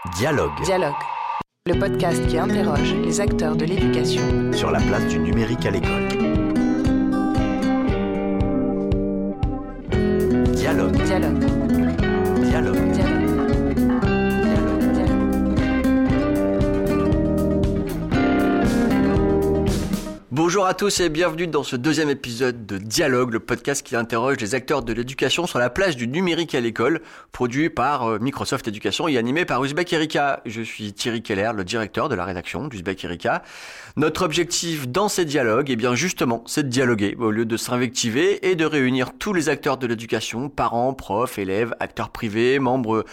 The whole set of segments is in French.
Dialogue. Dialogue. Le podcast qui interroge les acteurs de l'éducation Sur la place du numérique à l'école. Dialogue. Dialogue. Dialogue. Dialogue. Bonjour à tous et bienvenue dans ce deuxième épisode de Dialogue, le podcast qui interroge les acteurs de l'éducation sur la place du numérique à l'école, produit par Microsoft Éducation et animé par Uzbek Erika. Je suis Thierry Keller, le directeur de la rédaction d'Uzbek Erika. Notre objectif dans ces dialogues, justement, c'est de dialoguer au lieu de s'invectiver et de réunir tous les acteurs de l'éducation, parents, profs, élèves, acteurs privés, membres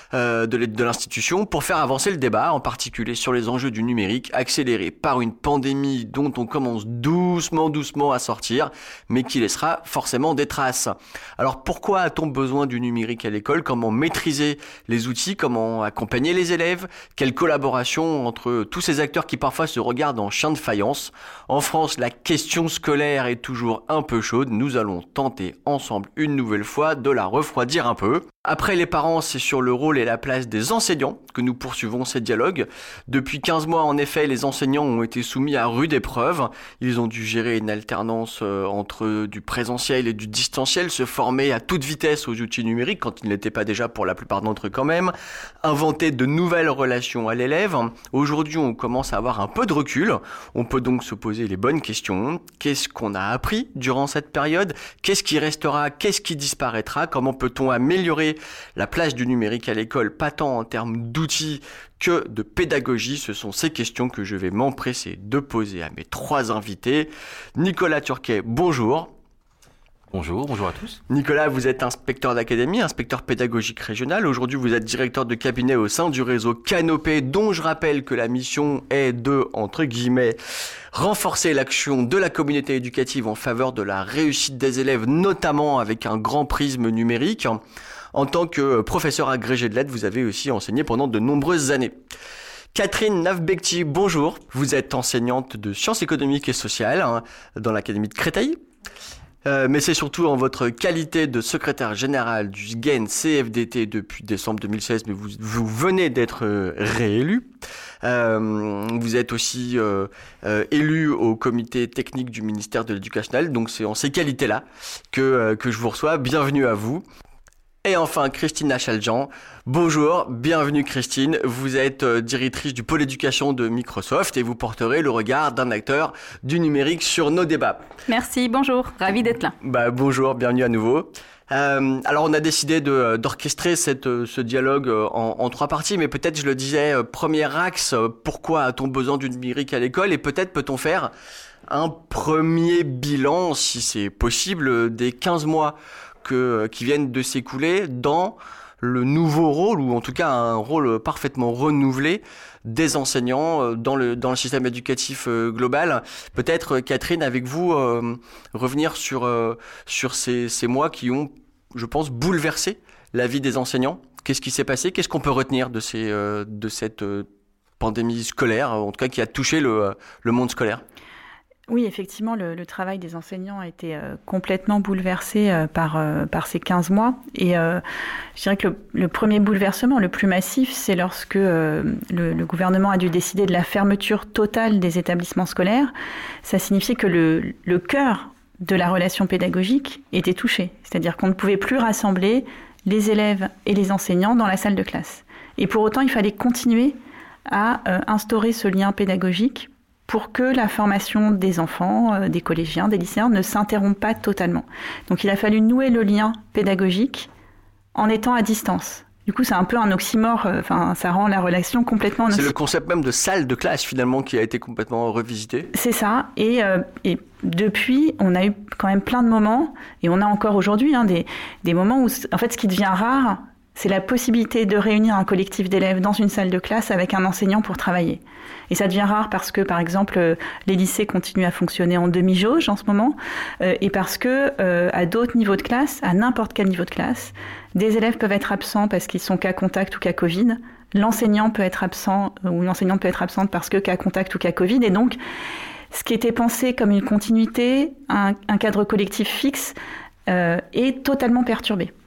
de l'institution pour faire avancer le débat, en particulier sur les enjeux du numérique, accéléré par une pandémie dont on commence doucement à sortir, mais qui laissera forcément des traces. Alors pourquoi a-t-on besoin du numérique à l'école ? Comment maîtriser les outils ? Comment accompagner les élèves ? Quelle collaboration entre tous ces acteurs qui parfois se regardent en chien de faïence ? En France, la question scolaire est toujours un peu chaude. Nous allons tenter ensemble une nouvelle fois de la refroidir un peu. Après les parents, c'est sur le rôle et la place des enseignants que nous poursuivons ces dialogues. Depuis 15 mois, en effet, les enseignants ont été soumis à rude épreuve. Ils ont dû gérer une alternance entre du présentiel et du distanciel, se former à toute vitesse aux outils numériques, quand ils ne l'étaient pas déjà pour la plupart d'entre eux quand même, inventer de nouvelles relations à l'élève. Aujourd'hui, on commence à avoir un peu de recul. On peut donc se poser les bonnes questions. Qu'est-ce qu'on a appris durant cette période ? Qu'est-ce qui restera ? Qu'est-ce qui disparaîtra ? Comment peut-on améliorer la place du numérique à l'école, pas tant en termes d'outils que de pédagogie? Ce sont ces questions que je vais m'empresser de poser à mes trois invités. Nicolas Turquet, bonjour. Bonjour à tous. Nicolas, vous êtes inspecteur d'académie, inspecteur pédagogique régional. Aujourd'hui, vous êtes directeur de cabinet au sein du réseau Canopé, dont je rappelle que la mission est de, entre guillemets, renforcer l'action de la communauté éducative en faveur de la réussite des élèves, notamment avec un grand prisme numérique. En tant que professeur agrégé de lettres, vous avez aussi enseigné pendant de nombreuses années. Catherine Navbekti, bonjour. Vous êtes enseignante de sciences économiques et sociales dans l'Académie de Créteil. Mais c'est surtout en votre qualité de secrétaire général du SGEN CFDT depuis décembre 2016, mais vous venez d'être réélu. Vous êtes aussi élu au comité technique du ministère de l'Éducation nationale, donc c'est en ces qualités-là que je vous reçois. Bienvenue à vous. Et enfin, Christine Achaljan. Bonjour, bienvenue Christine. Vous êtes directrice du pôle éducation de Microsoft et vous porterez le regard d'un acteur du numérique sur nos débats. Merci, bonjour, ravi d'être là. Bonjour, bienvenue à nouveau. Alors on a décidé d'orchestrer ce dialogue en trois parties, mais peut-être je le disais, premier axe, pourquoi a-t-on besoin du numérique à l'école ? Et peut-être peut-on faire un premier bilan, si c'est possible, des 15 mois qui viennent de s'écouler dans le nouveau rôle, ou en tout cas un rôle parfaitement renouvelé des enseignants dans le système éducatif global. Peut-être, Catherine, avec vous, revenir sur ces mois qui ont, je pense, bouleversé la vie des enseignants. Qu'est-ce qui s'est passé ? Qu'est-ce qu'on peut retenir de cette pandémie scolaire, en tout cas qui a touché le monde scolaire ? Oui, effectivement, le travail des enseignants a été complètement bouleversé par ces 15 mois. Et je dirais que le premier bouleversement, le plus massif, c'est lorsque le gouvernement a dû décider de la fermeture totale des établissements scolaires. Ça signifiait que le cœur de la relation pédagogique était touché. C'est-à-dire qu'on ne pouvait plus rassembler les élèves et les enseignants dans la salle de classe. Et pour autant, il fallait continuer à instaurer ce lien pédagogique pour que la formation des enfants, des collégiens, des lycéens ne s'interrompe pas totalement. Donc il a fallu nouer le lien pédagogique en étant à distance. Du coup, c'est un peu un oxymore, ça rend la relation complètement... C'est le concept même de salle de classe, finalement, qui a été complètement revisité. C'est ça, et depuis, on a eu quand même plein de moments, et on a encore aujourd'hui des moments où, en fait, ce qui devient rare, c'est la possibilité de réunir un collectif d'élèves dans une salle de classe avec un enseignant pour travailler. Et ça devient rare parce que, par exemple, les lycées continuent à fonctionner en demi-jauge en ce moment, et parce que à d'autres niveaux de classe, à n'importe quel niveau de classe, des élèves peuvent être absents parce qu'ils sont cas contact ou cas Covid. L'enseignant peut être absent ou l'enseignante peut être absente parce que cas contact ou cas Covid. Et donc, ce qui était pensé comme une continuité, un cadre collectif fixe, est totalement perturbé.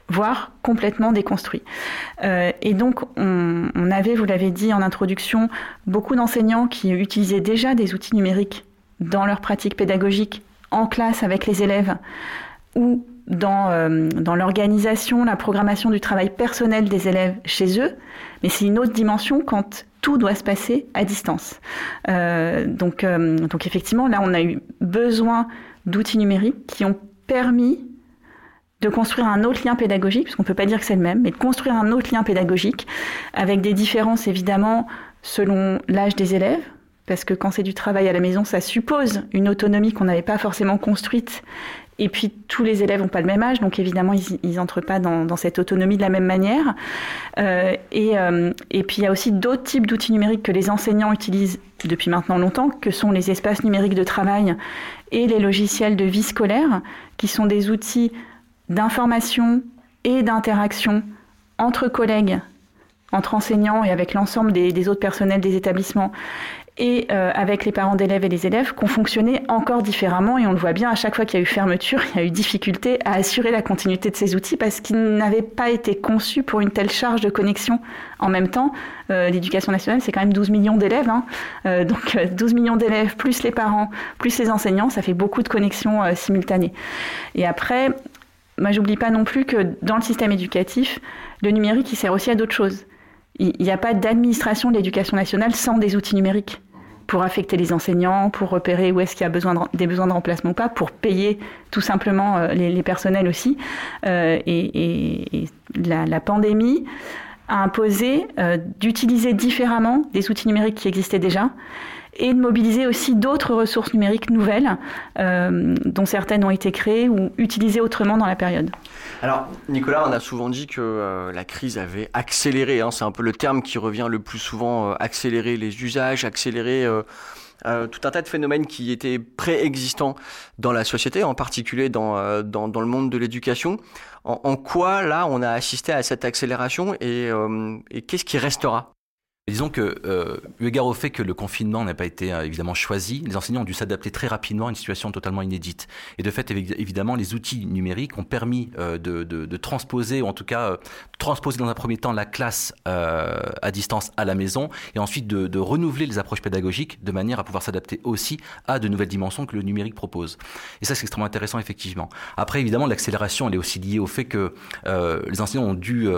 voire complètement déconstruit. Et donc, on avait, vous l'avez dit en introduction, beaucoup d'enseignants qui utilisaient déjà des outils numériques dans leur pratique pédagogique, en classe avec les élèves, ou dans l'organisation, la programmation du travail personnel des élèves chez eux. Mais c'est une autre dimension quand tout doit se passer à distance. Donc effectivement, là, on a eu besoin d'outils numériques qui ont permis de construire un autre lien pédagogique, parce qu'on ne peut pas dire que c'est le même, mais de construire un autre lien pédagogique, avec des différences évidemment selon l'âge des élèves, parce que quand c'est du travail à la maison, ça suppose une autonomie qu'on n'avait pas forcément construite, et puis tous les élèves n'ont pas le même âge, donc évidemment ils n'entrent pas dans cette autonomie de la même manière. Et puis il y a aussi d'autres types d'outils numériques que les enseignants utilisent depuis maintenant longtemps, que sont les espaces numériques de travail et les logiciels de vie scolaire, qui sont des outils d'information et d'interaction entre collègues, entre enseignants et avec l'ensemble des autres personnels des établissements, et avec les parents d'élèves et les élèves, qui ont fonctionné encore différemment. Et on le voit bien, à chaque fois qu'il y a eu fermeture, il y a eu difficulté à assurer la continuité de ces outils parce qu'ils n'avaient pas été conçus pour une telle charge de connexion en même temps. L'éducation nationale, c'est quand même 12 millions d'élèves. Donc 12 millions d'élèves, plus les parents, plus les enseignants, ça fait beaucoup de connexions simultanées. Et après, moi, j'oublie pas non plus que dans le système éducatif, le numérique, il sert aussi à d'autres choses. Il n'y a pas d'administration de l'éducation nationale sans des outils numériques pour affecter les enseignants, pour repérer où est-ce qu'il y a des besoins de remplacement ou pas, pour payer tout simplement les personnels aussi. Et la pandémie a imposé d'utiliser différemment des outils numériques qui existaient déjà, et de mobiliser aussi d'autres ressources numériques nouvelles, dont certaines ont été créées ou utilisées autrement dans la période. Alors, Nicolas, on a souvent dit que la crise avait accéléré, c'est un peu le terme qui revient le plus souvent, accélérer les usages, accélérer tout un tas de phénomènes qui étaient préexistants dans la société, en particulier dans le monde de l'éducation. En quoi, là, on a assisté à cette accélération et qu'est-ce qui restera ? Disons que, eu égard au fait que le confinement n'a pas été évidemment choisi, les enseignants ont dû s'adapter très rapidement à une situation totalement inédite. Et de fait, évidemment, les outils numériques ont permis de transposer, ou en tout cas transposer dans un premier temps la classe à distance à la maison, et ensuite de renouveler les approches pédagogiques de manière à pouvoir s'adapter aussi à de nouvelles dimensions que le numérique propose. Et ça, c'est extrêmement intéressant, effectivement. Après, évidemment, l'accélération, elle est aussi liée au fait que les enseignants ont dû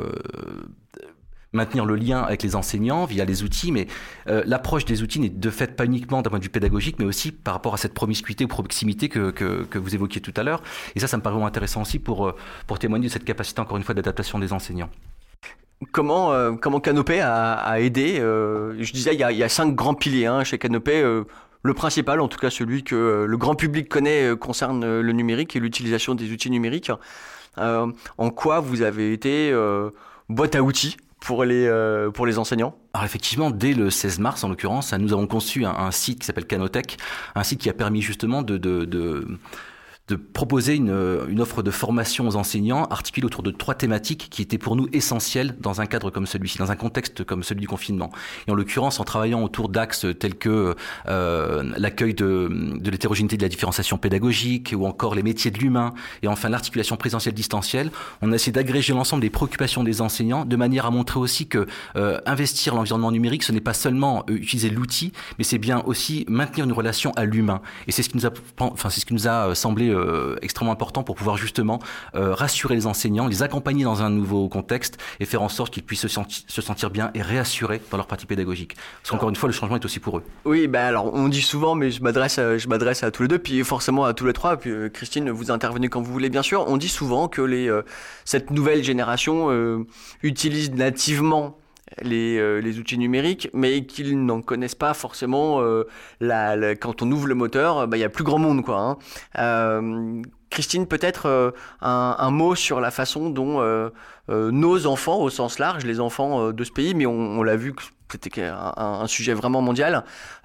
maintenir le lien avec les enseignants via les outils, mais l'approche des outils n'est de fait pas uniquement d'un point de vue pédagogique, mais aussi par rapport à cette promiscuité ou proximité que vous évoquiez tout à l'heure. Et ça me paraît vraiment intéressant aussi pour témoigner de cette capacité, encore une fois, d'adaptation des enseignants. Comment Canopé a aidé je disais, il y a 5 grands piliers chez Canopé. Le principal, en tout cas celui que le grand public connaît, concerne le numérique et l'utilisation des outils numériques. En quoi vous avez été boîte à outils pour les enseignants? Alors effectivement, dès le 16 mars, en l'occurrence, nous avons conçu un site qui s'appelle Canotech, un site qui a permis justement de proposer une offre de formation aux enseignants articulée autour de 3 thématiques qui étaient pour nous essentielles dans un cadre comme celui-ci, dans un contexte comme celui du confinement. Et en l'occurrence, en travaillant autour d'axes tels que l'accueil de l'hétérogénéité de la différenciation pédagogique ou encore les métiers de l'humain et enfin l'articulation présentielle-distancielle, on a essayé d'agréger l'ensemble des préoccupations des enseignants de manière à montrer aussi que investir l'environnement numérique, ce n'est pas seulement utiliser l'outil, mais c'est bien aussi maintenir une relation à l'humain. Et c'est ce qui nous a semblé extrêmement important pour pouvoir justement rassurer les enseignants, les accompagner dans un nouveau contexte et faire en sorte qu'ils puissent se sentir bien et réassurés dans leur pratique pédagogique. Parce qu'encore une fois, le changement est aussi pour eux. Oui, alors on dit souvent, mais je m'adresse à tous les deux, puis forcément à tous les trois, puis Christine, vous intervenez quand vous voulez, bien sûr. On dit souvent que cette nouvelle génération utilise nativement les outils numériques, mais qu'ils n'en connaissent pas forcément. Quand on ouvre le moteur, il y a plus grand monde, quoi. Christine, peut-être un mot sur la façon dont nos enfants, au sens large, les enfants de ce pays, mais on l'a vu que c'était un sujet vraiment mondial,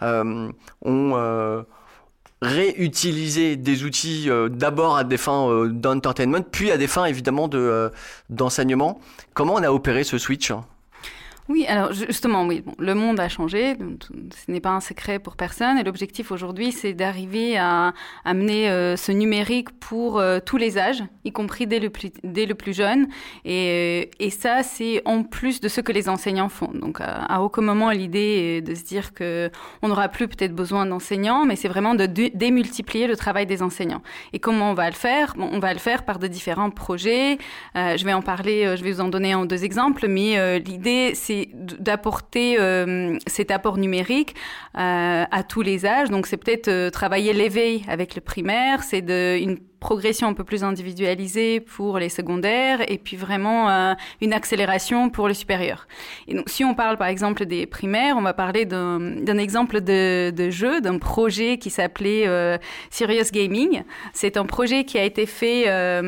ont réutiliser des outils d'abord à des fins d'entertainment, puis à des fins évidemment d'enseignement. Comment on a opéré ce switch ? Oui, alors justement, oui, bon, le monde a changé, donc, ce n'est pas un secret pour personne, et l'objectif aujourd'hui, c'est d'arriver à amener ce numérique pour tous les âges, y compris dès le plus jeune, et ça, c'est en plus de ce que les enseignants font. Donc, à aucun moment, l'idée est de se dire que on n'aura plus peut-être besoin d'enseignants, mais c'est vraiment de démultiplier le travail des enseignants. Et comment on va le faire? Bon, on va le faire par de différents projets. Je vais en parler, je vais vous en donner 2 exemples, mais l'idée, c'est d'apporter cet apport numérique à tous les âges. Donc, c'est peut-être travailler l'éveil avec le primaire, c'est une progression un peu plus individualisée pour les secondaires et puis vraiment une accélération pour le supérieur. Et donc, si on parle par exemple des primaires, on va parler d'un exemple de jeu, d'un projet qui s'appelait Serious Gaming. C'est un projet qui a été fait...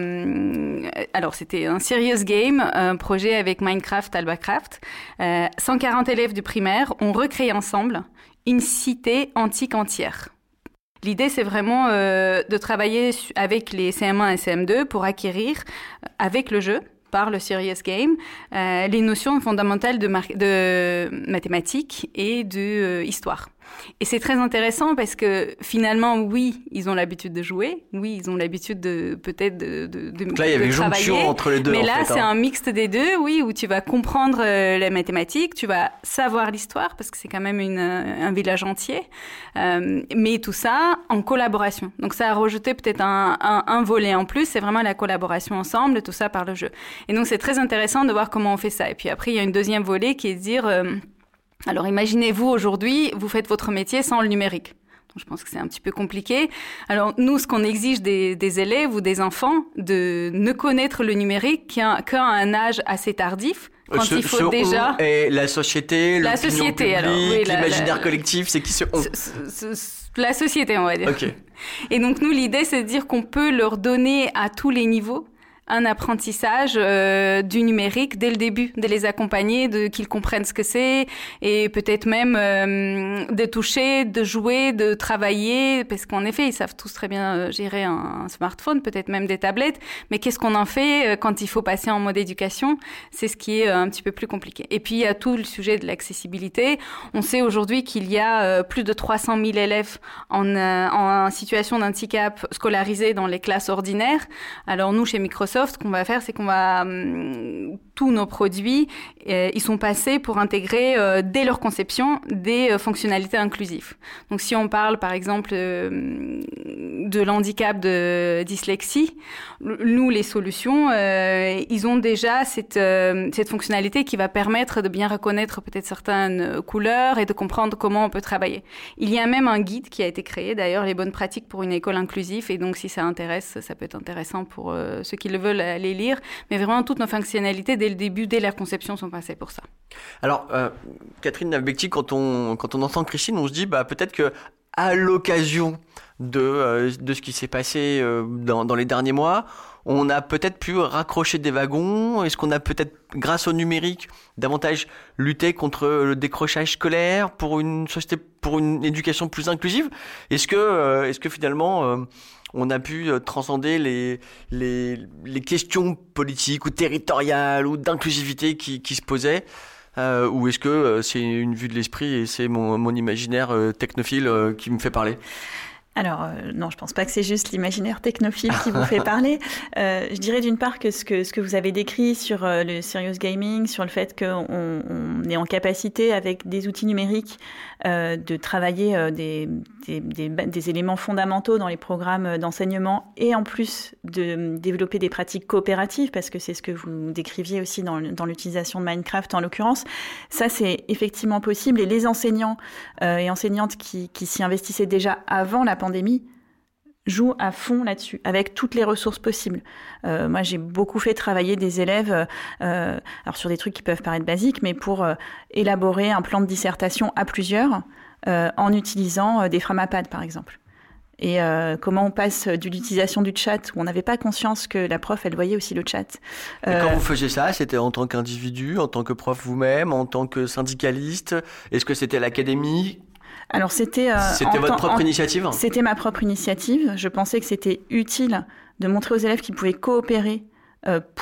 alors, c'était un Serious Game, un projet avec Minecraft, Albacraft. 140 élèves du primaire ont recréé ensemble une cité antique entière. L'idée, c'est vraiment de travailler avec les CM1 et CM2 pour acquérir, avec le jeu, par le Serious Game, les notions fondamentales de mathématiques et d'histoire. Et c'est très intéressant parce que finalement, oui, ils ont l'habitude de jouer, oui, ils ont l'habitude de peut-être de donc là, il y avait une jonction entre les deux. Mais là, en fait, c'est un mixte des deux, oui, où tu vas comprendre les mathématiques, tu vas savoir l'histoire parce que c'est quand même un village entier, mais tout ça en collaboration. Donc ça a rajouté peut-être un volet en plus, c'est vraiment la collaboration ensemble, tout ça par le jeu. Et donc c'est très intéressant de voir comment on fait ça. Et puis après, il y a une deuxième volet qui est de dire alors imaginez-vous aujourd'hui, vous faites votre métier sans le numérique. Donc, je pense que c'est un petit peu compliqué. Alors nous, ce qu'on exige des élèves ou des enfants, de ne connaître le numérique qu'à un âge assez tardif. Quand il faut déjà... Et la société, la l'opinion société, publique, alors, oui, l'imaginaire collectif, c'est qui ce on? La société, on va dire. Okay. Et donc nous, l'idée, c'est de dire qu'on peut leur donner à tous les niveaux un apprentissage du numérique dès le début, de les accompagner, qu'ils comprennent ce que c'est et peut-être même de toucher, de jouer, de travailler, parce qu'en effet, ils savent tous très bien gérer un smartphone, peut-être même des tablettes, mais qu'est-ce qu'on en fait quand il faut passer en mode éducation? C'est ce qui est un petit peu plus compliqué. Et puis, il y a tout le sujet de l'accessibilité. On sait aujourd'hui qu'il y a plus de 300 000 élèves en situation d'handicap scolarisés dans les classes ordinaires. Alors nous, chez Microsoft, ce qu'on va faire, c'est qu'on va tous nos produits, ils sont passés pour intégrer dès leur conception des fonctionnalités inclusives. Donc, si on parle par exemple de l'handicap de dyslexie, nous les solutions, ils ont déjà cette fonctionnalité qui va permettre de bien reconnaître peut-être certaines couleurs et de comprendre comment on peut travailler. Il y a même un guide qui a été créé, d'ailleurs, les bonnes pratiques pour une école inclusive. Et donc, si ça intéresse, ça peut être intéressant pour ceux qui le veulent aller lire, mais vraiment toutes nos fonctionnalités dès le début, dès la conception, sont passées pour ça. Alors, Catherine Navbekti, quand on entend Christine, on se dit peut-être que à l'occasion de ce qui s'est passé dans les derniers mois, on a peut-être pu raccrocher des wagons. Est-ce qu'on a peut-être, grâce au numérique, davantage lutté contre le décrochage scolaire pour une société, pour une éducation plus inclusive? Est-ce que finalement on a pu transcender les questions politiques ou territoriales ou d'inclusivité qui se posaient, ou est-ce que c'est une vue de l'esprit et c'est mon imaginaire technophile qui me fait parler? Alors, non, je pense pas que c'est juste l'imaginaire technophile qui vous fait parler. Je dirais d'une part que ce que vous avez décrit sur le serious gaming, sur le fait qu'on est en capacité, avec des outils numériques, de travailler des éléments fondamentaux dans les programmes d'enseignement et en plus de développer des pratiques coopératives, parce que c'est ce que vous décriviez aussi dans l'utilisation de Minecraft en l'occurrence. Ça, c'est effectivement possible, et les enseignants et enseignantes qui s'y investissaient déjà avant la pandémie jouent à fond là-dessus, avec toutes les ressources possibles. Moi, j'ai beaucoup fait travailler des élèves alors sur des trucs qui peuvent paraître basiques, mais pour élaborer un plan de dissertation à plusieurs en utilisant des Framapads, par exemple. Et comment on passe de l'utilisation du chat, où on n'avait pas conscience que la prof, elle voyait aussi le chat. Et quand vous faisiez ça, c'était en tant qu'individu, en tant que prof vous-même, en tant que syndicaliste? Est-ce que c'était l'académie? Alors c'était votre propre initiative? C'était ma propre initiative. Je pensais que c'était utile de montrer aux élèves qu'ils pouvaient coopérer pour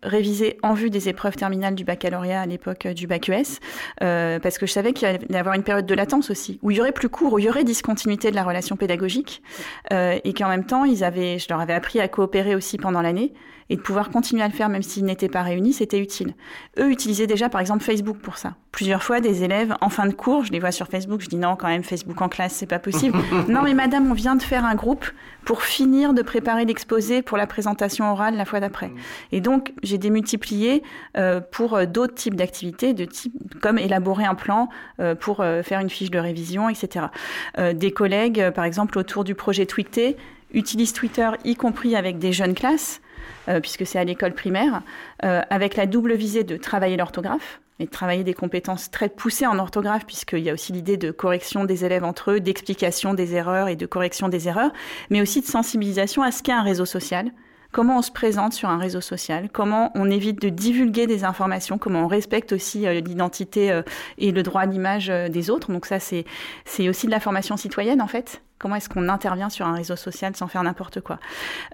réviser en vue des épreuves terminales du baccalauréat à l'époque du bac ES, parce que je savais qu'il allait y avoir une période de latence aussi, où il y aurait plus cours, où il y aurait discontinuité de la relation pédagogique, et qu'en même temps, je leur avais appris à coopérer aussi pendant l'année, et de pouvoir continuer à le faire même s'ils n'étaient pas réunis, c'était utile. Eux utilisaient déjà par exemple Facebook pour ça. Plusieurs fois, des élèves en fin de cours, je les vois sur Facebook, je dis non, quand même, Facebook en classe, c'est pas possible. Non mais madame, on vient de faire un groupe pour finir de préparer l'exposé pour la présentation orale la fois d'après. Et donc, j'ai démultiplié pour d'autres types d'activités, comme élaborer un plan pour faire une fiche de révision, etc. Des collègues, par exemple, autour du projet Twicté, utilisent Twitter, y compris avec des jeunes classes, puisque c'est à l'école primaire, avec la double visée de travailler l'orthographe et de travailler des compétences très poussées en orthographe, puisqu'il y a aussi l'idée de correction des élèves entre eux, d'explication des erreurs et de correction des erreurs, mais aussi de sensibilisation à ce qu'est un réseau social, comment on se présente sur un réseau social, comment on évite de divulguer des informations, comment on respecte aussi l'identité et le droit à l'image des autres. Donc ça, c'est aussi de la formation citoyenne, en fait. Comment est-ce qu'on intervient sur un réseau social sans faire n'importe quoi.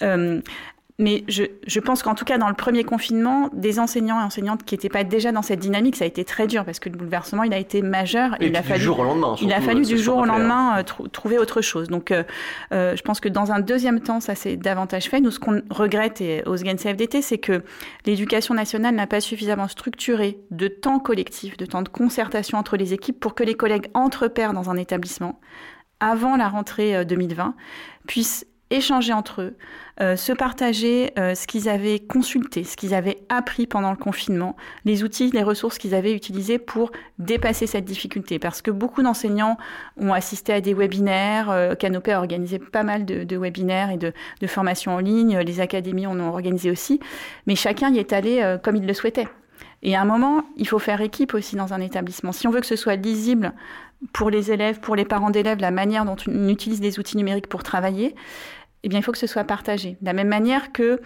Mais je pense qu'en tout cas, dans le premier confinement, des enseignants et enseignantes qui n'étaient pas déjà dans cette dynamique, ça a été très dur parce que le bouleversement, il a été majeur. Et il a fallu du jour au lendemain. Il a fallu du jour au lendemain trouver autre chose. Donc, je pense que dans un deuxième temps, ça s'est davantage fait. Nous, ce qu'on regrette au SGEN CFDT, c'est que l'éducation nationale n'a pas suffisamment structuré de temps collectif, de temps de concertation entre les équipes pour que les collègues entre pairs dans un établissement, avant la rentrée 2020, puissent échanger entre eux, se partager ce qu'ils avaient consulté, ce qu'ils avaient appris pendant le confinement, les outils, les ressources qu'ils avaient utilisées pour dépasser cette difficulté. Parce que beaucoup d'enseignants ont assisté à des webinaires, Canopé a organisé pas mal de webinaires et de formations en ligne, les académies en ont organisé aussi, mais chacun y est allé comme il le souhaitait. Et à un moment, il faut faire équipe aussi dans un établissement. Si on veut que ce soit lisible pour les élèves, pour les parents d'élèves, la manière dont on utilise des outils numériques pour travailler, eh bien, il faut que ce soit partagé. De la même manière que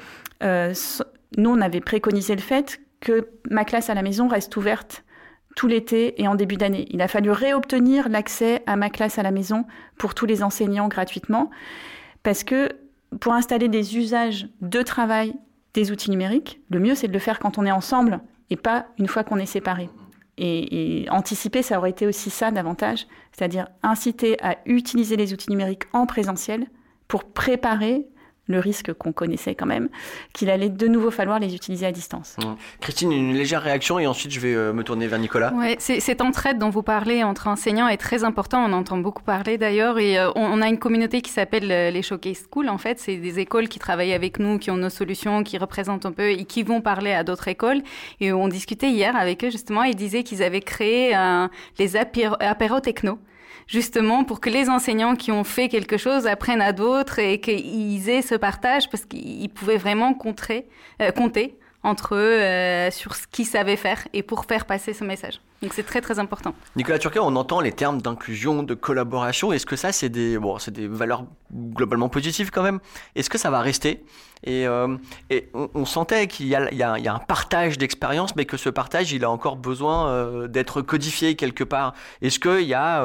nous, on avait préconisé le fait que ma classe à la maison reste ouverte tout l'été et en début d'année. Il a fallu réobtenir l'accès à ma classe à la maison pour tous les enseignants gratuitement, parce que pour installer des usages de travail des outils numériques, le mieux, c'est de le faire quand on est ensemble et pas une fois qu'on est séparés. Et anticiper, ça aurait été aussi ça davantage, c'est-à-dire inciter à utiliser les outils numériques en présentiel pour préparer le risque qu'on connaissait quand même, qu'il allait de nouveau falloir les utiliser à distance. Christine, une légère réaction et ensuite je vais me tourner vers Nicolas. Oui, cette entraide dont vous parlez entre enseignants est très important, on entend beaucoup parler d'ailleurs, et on a une communauté qui s'appelle les Showcase Schools, en fait, c'est des écoles qui travaillent avec nous, qui ont nos solutions, qui représentent un peu et qui vont parler à d'autres écoles, et on discutait hier avec eux justement, ils disaient qu'ils avaient créé les apéros techno, justement pour que les enseignants qui ont fait quelque chose apprennent à d'autres et qu'ils aient ce partage parce qu'ils pouvaient vraiment compter entre eux sur ce qu'ils savaient faire et pour faire passer ce message. Donc c'est très très important. Nicolas Turquet, on entend les termes d'inclusion, de collaboration. Est-ce que ça c'est des valeurs globalement positives quand même? Est-ce que ça va rester? Et on sentait qu'il y a un partage d'expérience, mais que ce partage il a encore besoin d'être codifié quelque part. Est-ce qu'il y a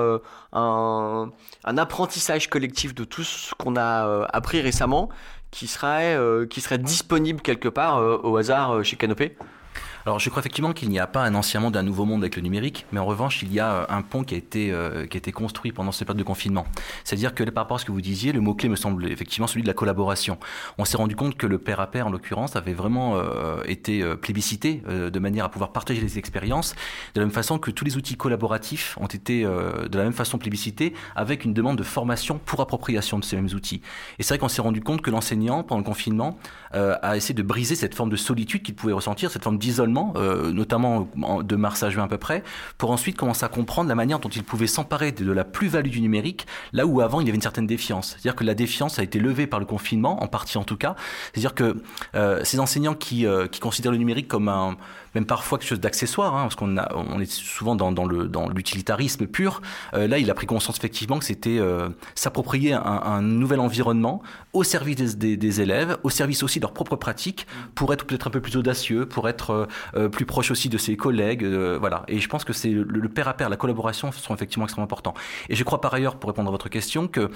un apprentissage collectif de tout ce qu'on a appris récemment qui serait disponible quelque part au hasard chez Canopé? Alors je crois effectivement qu'il n'y a pas un anciennement d'un nouveau monde avec le numérique, mais en revanche il y a un pont qui a été construit pendant cette période de confinement. C'est-à-dire que par rapport à ce que vous disiez, le mot-clé me semble effectivement celui de la collaboration. On s'est rendu compte que le pair à pair en l'occurrence avait vraiment été plébiscité de manière à pouvoir partager les expériences, de la même façon que tous les outils collaboratifs ont été de la même façon plébiscités avec une demande de formation pour appropriation de ces mêmes outils. Et c'est vrai qu'on s'est rendu compte que l'enseignant pendant le confinement a essayé de briser cette forme de solitude qu'il pouvait ressentir, cette forme d'isolement, notamment de mars à juin à peu près, pour ensuite commencer à comprendre la manière dont il pouvait s'emparer de la plus-value du numérique, là où avant il y avait une certaine défiance. C'est-à-dire que la défiance a été levée par le confinement, en partie en tout cas. C'est-à-dire que ces enseignants qui considèrent le numérique comme même parfois quelque chose d'accessoire, parce on est souvent dans l'utilitarisme pur, là il a pris conscience effectivement que c'était s'approprier un nouvel environnement au service des élèves, au service aussi de leur propre pratique, pour être peut-être un peu plus audacieux, pour être plus proche aussi de ses collègues. Voilà. Et je pense que c'est le pair à pair, la collaboration sont effectivement extrêmement importants. Et je crois par ailleurs, pour répondre à votre question, que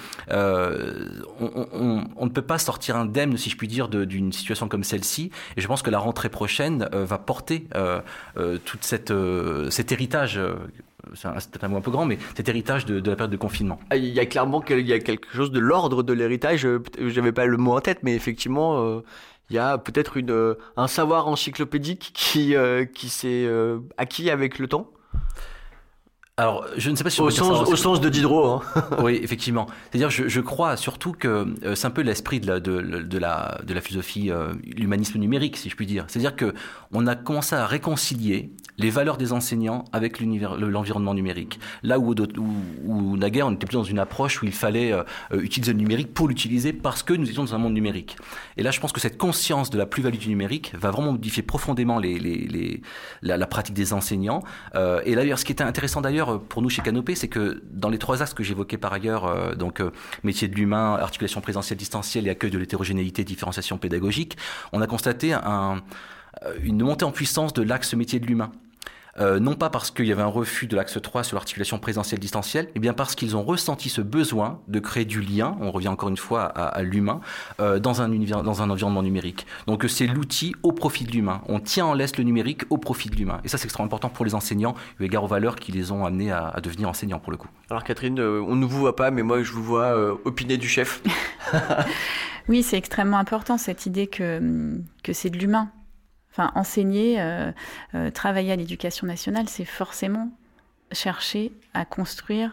on ne peut pas sortir indemne, si je puis dire, d'une situation comme celle-ci. Et je pense que la rentrée prochaine va porter tout cet héritage. C'est peut-être un mot un peu grand, mais cet héritage de la période de confinement. Il y a clairement quelque chose de l'ordre de l'héritage. J'avais pas le mot en tête, mais effectivement, il y a peut-être un savoir encyclopédique qui s'est acquis avec le temps. Alors, je ne sais pas si au sens de Diderot. Hein. Oui, effectivement. C'est-à-dire, je crois surtout que c'est un peu l'esprit de la philosophie, l'humanisme numérique, si je puis dire. C'est-à-dire que on a commencé à réconcilier les valeurs des enseignants avec l'environnement numérique. Là où naguère, on était plus dans une approche où il fallait utiliser le numérique pour l'utiliser parce que nous étions dans un monde numérique. Et là, je pense que cette conscience de la plus-value du numérique va vraiment modifier profondément la pratique des enseignants. Et d'ailleurs, ce qui est intéressant d'ailleurs pour nous chez Canopé, c'est que dans les 3 axes que j'évoquais par ailleurs, métier de l'humain, articulation présentielle, distancielle et accueil de l'hétérogénéité, différenciation pédagogique, on a constaté une montée en puissance de l'axe métier de l'humain. Non pas parce qu'il y avait un refus de l'axe 3 sur l'articulation présentielle distancielle, mais bien parce qu'ils ont ressenti ce besoin de créer du lien, on revient encore une fois à l'humain, dans un environnement numérique. Donc c'est l'outil au profit de l'humain. On tient en laisse le numérique au profit de l'humain. Et ça, c'est extrêmement important pour les enseignants, eu égard aux valeurs qui les ont amenés à devenir enseignants, pour le coup. Alors Catherine, on ne vous voit pas, mais moi je vous vois opiner du chef. Oui, c'est extrêmement important, cette idée que c'est de l'humain. Enfin, enseigner, travailler à l'éducation nationale, c'est forcément chercher à construire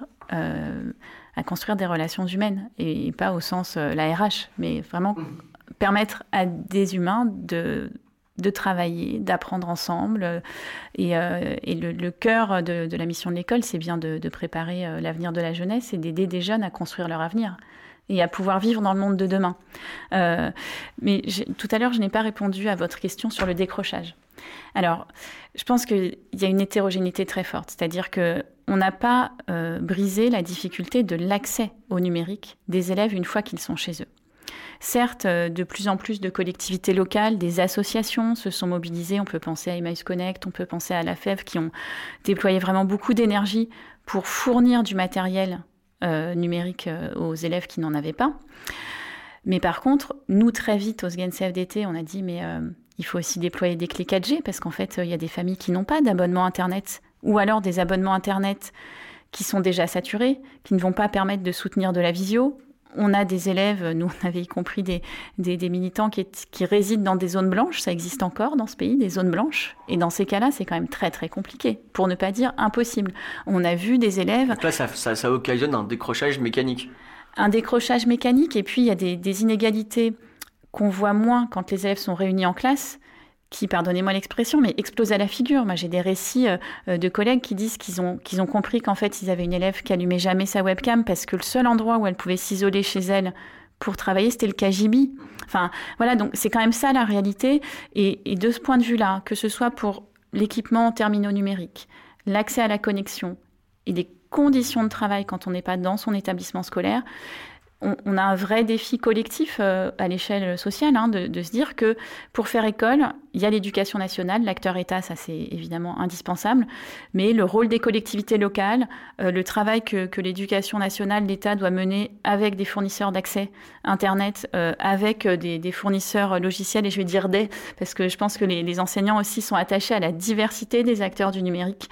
des relations humaines, et pas au sens la RH, mais vraiment permettre à des humains de travailler, d'apprendre ensemble. Et le cœur de la mission de l'école, c'est bien de préparer l'avenir de la jeunesse et d'aider des jeunes à construire leur avenir et à pouvoir vivre dans le monde de demain. Mais tout à l'heure, je n'ai pas répondu à votre question sur le décrochage. Alors, je pense qu'il y a une hétérogénéité très forte, c'est-à-dire qu'on n'a pas brisé la difficulté de l'accès au numérique des élèves une fois qu'ils sont chez eux. Certes, de plus en plus de collectivités locales, des associations se sont mobilisées. On peut penser à Emmaüs Connect, on peut penser à la FEV, qui ont déployé vraiment beaucoup d'énergie pour fournir du matériel numérique aux élèves qui n'en avaient pas. Mais par contre, nous, très vite, au SGEN CFDT, on a dit, mais il faut aussi déployer des clés 4G, parce qu'en fait, il y a des familles qui n'ont pas d'abonnement Internet, ou alors des abonnements Internet qui sont déjà saturés, qui ne vont pas permettre de soutenir de la visio. On a des élèves, nous on avait y compris des militants qui résident dans des zones blanches, ça existe encore dans ce pays, des zones blanches. Et dans ces cas-là, c'est quand même très très compliqué, pour ne pas dire impossible. On a vu des élèves... Donc là, ça occasionne un décrochage mécanique. Un décrochage mécanique, et puis il y a des inégalités qu'on voit moins quand les élèves sont réunis en classe, qui, pardonnez-moi l'expression, mais explosent à la figure. Moi, j'ai des récits de collègues qui disent qu'ils ont compris qu'en fait, ils avaient une élève qui allumait jamais sa webcam parce que le seul endroit où elle pouvait s'isoler chez elle pour travailler, c'était le KGB. Enfin, voilà, donc c'est quand même ça la réalité. Et de ce point de vue-là, que ce soit pour l'équipement terminaux numériques, l'accès à la connexion et les conditions de travail quand on n'est pas dans son établissement scolaire, on a un vrai défi collectif à l'échelle sociale, de se dire que pour faire école, il y a l'éducation nationale, l'acteur État, ça c'est évidemment indispensable, mais le rôle des collectivités locales, le travail que l'éducation nationale, l'État doit mener avec des fournisseurs d'accès Internet, avec des fournisseurs logiciels, et je vais dire parce que je pense que les enseignants aussi sont attachés à la diversité des acteurs du numérique,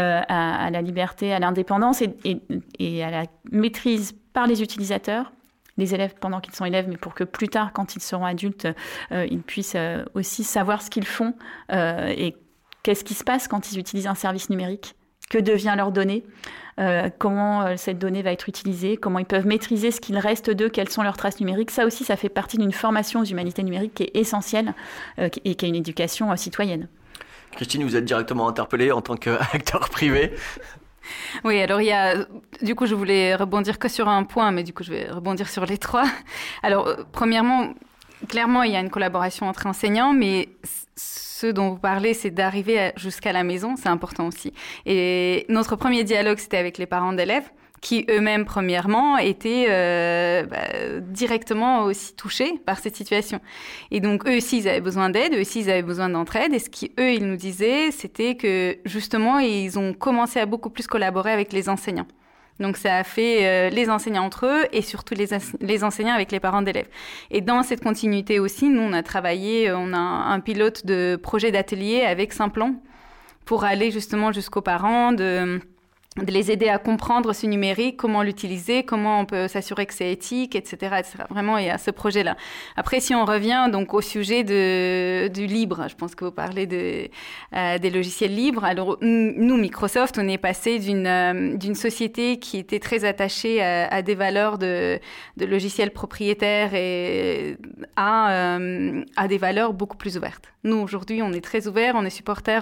à la liberté, à l'indépendance et à la maîtrise par les utilisateurs, les élèves pendant qu'ils sont élèves, mais pour que plus tard, quand ils seront adultes, ils puissent aussi savoir ce qu'ils font et qu'est-ce qui se passe quand ils utilisent un service numérique, que devient leur donnée, comment cette donnée va être utilisée, comment ils peuvent maîtriser ce qu'il reste d'eux, quelles sont leurs traces numériques. Ça aussi, ça fait partie d'une formation aux humanités numériques qui est essentielle et qui est une éducation citoyenne. Christine, vous êtes directement interpellée en tant qu'acteur privé. Oui, alors du coup, je voulais rebondir que sur un point, mais du coup, je vais rebondir sur les 3. Alors, premièrement, clairement, il y a une collaboration entre enseignants, mais ce dont vous parlez, c'est d'arriver jusqu'à la maison, c'est important aussi. Et notre premier dialogue, c'était avec les parents d'élèves, qui eux-mêmes, premièrement, étaient directement aussi touchés par cette situation. Et donc, eux aussi, ils avaient besoin d'aide, eux aussi, ils avaient besoin d'entraide. Et ce qu'eux, ils nous disaient, c'était que, justement, ils ont commencé à beaucoup plus collaborer avec les enseignants. Donc, ça a fait les enseignants entre eux et surtout les enseignants avec les parents d'élèves. Et dans cette continuité aussi, nous, on a un pilote de projet d'atelier avec Simplon pour aller justement jusqu'aux parents, de les aider à comprendre ce numérique, comment l'utiliser, comment on peut s'assurer que c'est éthique, etc., etc. Vraiment, il y a ce projet-là. Après, si on revient donc au sujet du libre, je pense que vous parlez des logiciels libres. Alors, nous, Microsoft, on est passé d'une société qui était très attachée à des valeurs de logiciels propriétaires et à des valeurs beaucoup plus ouvertes. Nous, aujourd'hui, on est très ouverts, on est supporters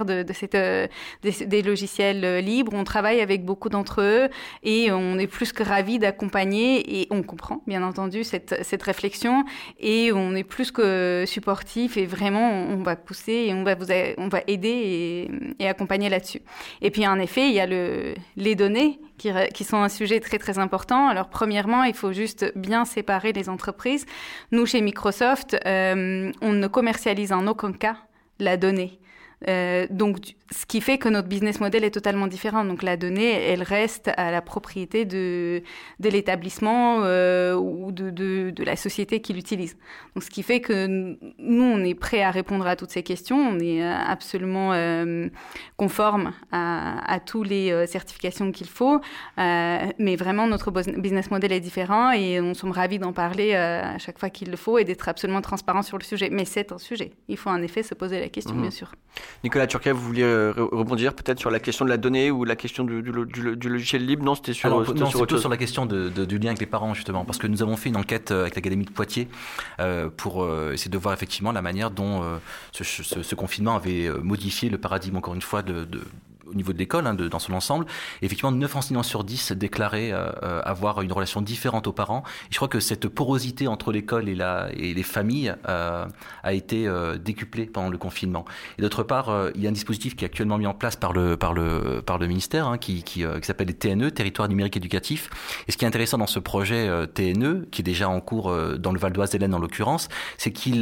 des logiciels libres, on travaille avec beaucoup d'entre eux et on est plus que ravis d'accompagner et on comprend, bien entendu, cette réflexion et on est plus que supportifs et vraiment, on va pousser et on va aider et accompagner là-dessus. Et puis, en effet, il y a les données qui sont un sujet très, très important. Alors, premièrement, il faut juste bien séparer les entreprises. Nous, chez Microsoft, on ne commercialise en aucun cas la donnée. Donc, ce qui fait que notre business model est totalement différent. Donc, la donnée, elle reste à la propriété de l'établissement ou de la société qui l'utilise. Donc, ce qui fait que nous, on est prêt à répondre à toutes ces questions. On est absolument conforme à toutes les certifications qu'il faut. Mais vraiment, notre business model est différent et nous sommes ravis d'en parler à chaque fois qu'il le faut et d'être absolument transparent sur le sujet. Mais c'est un sujet. Il faut en effet se poser la question, bien sûr. Nicolas Turquet, vous vouliez rebondir peut-être sur la question de la donnée ou la question du logiciel libre? Non, c'était sur plutôt sur la question du lien avec les parents, justement, parce que nous avons fait une enquête avec l'Académie de Poitiers pour essayer de voir effectivement la manière dont ce confinement avait modifié le paradigme, encore une fois, au niveau de l'école, dans son ensemble. Et effectivement, 9 enseignants sur 10 déclaraient avoir une relation différente aux parents. Et je crois que cette porosité entre l'école et les familles a été décuplée pendant le confinement. Et d'autre part, il y a un dispositif qui est actuellement mis en place par le ministère, qui s'appelle les TNE, Territoire numérique éducatif. Et ce qui est intéressant dans ce projet TNE, qui est déjà en cours dans le Val d'Oise d'Hélène en l'occurrence, c'est qu'il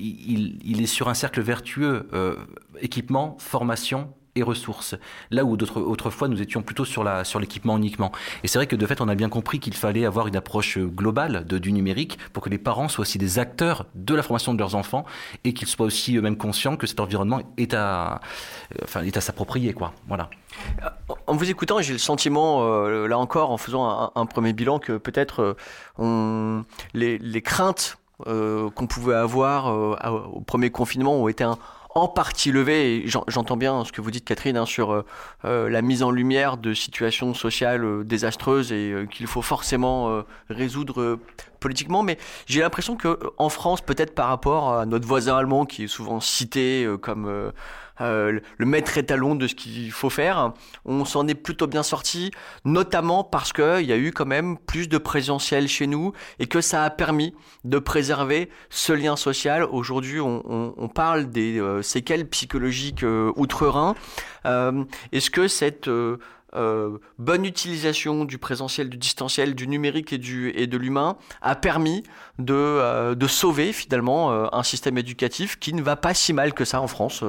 est sur un cercle vertueux, équipement, formation et ressources. Là où autrefois nous étions plutôt sur l'équipement uniquement. Et c'est vrai que de fait on a bien compris qu'il fallait avoir une approche globale du numérique pour que les parents soient aussi des acteurs de la formation de leurs enfants et qu'ils soient aussi eux-mêmes conscients que cet environnement est à s'approprier, quoi. Voilà. En vous écoutant, j'ai le sentiment, là encore, en faisant un premier bilan, que peut-être les craintes qu'on pouvait avoir au premier confinement ont été en partie levée, et j'entends bien ce que vous dites, Catherine, sur la mise en lumière de situations sociales désastreuses et qu'il faut forcément résoudre politiquement, mais j'ai l'impression qu'en France, peut-être par rapport à notre voisin allemand qui est souvent cité comme le maître étalon de ce qu'il faut faire, on s'en est plutôt bien sorti, notamment parce qu'il y a eu quand même plus de présentiel chez nous et que ça a permis de préserver ce lien social. Aujourd'hui, on parle des séquelles psychologiques outre-Rhin. Est-ce que cette bonne utilisation du présentiel, du distanciel, du numérique et de l'humain a permis de sauver finalement un système éducatif qui ne va pas si mal que ça en France?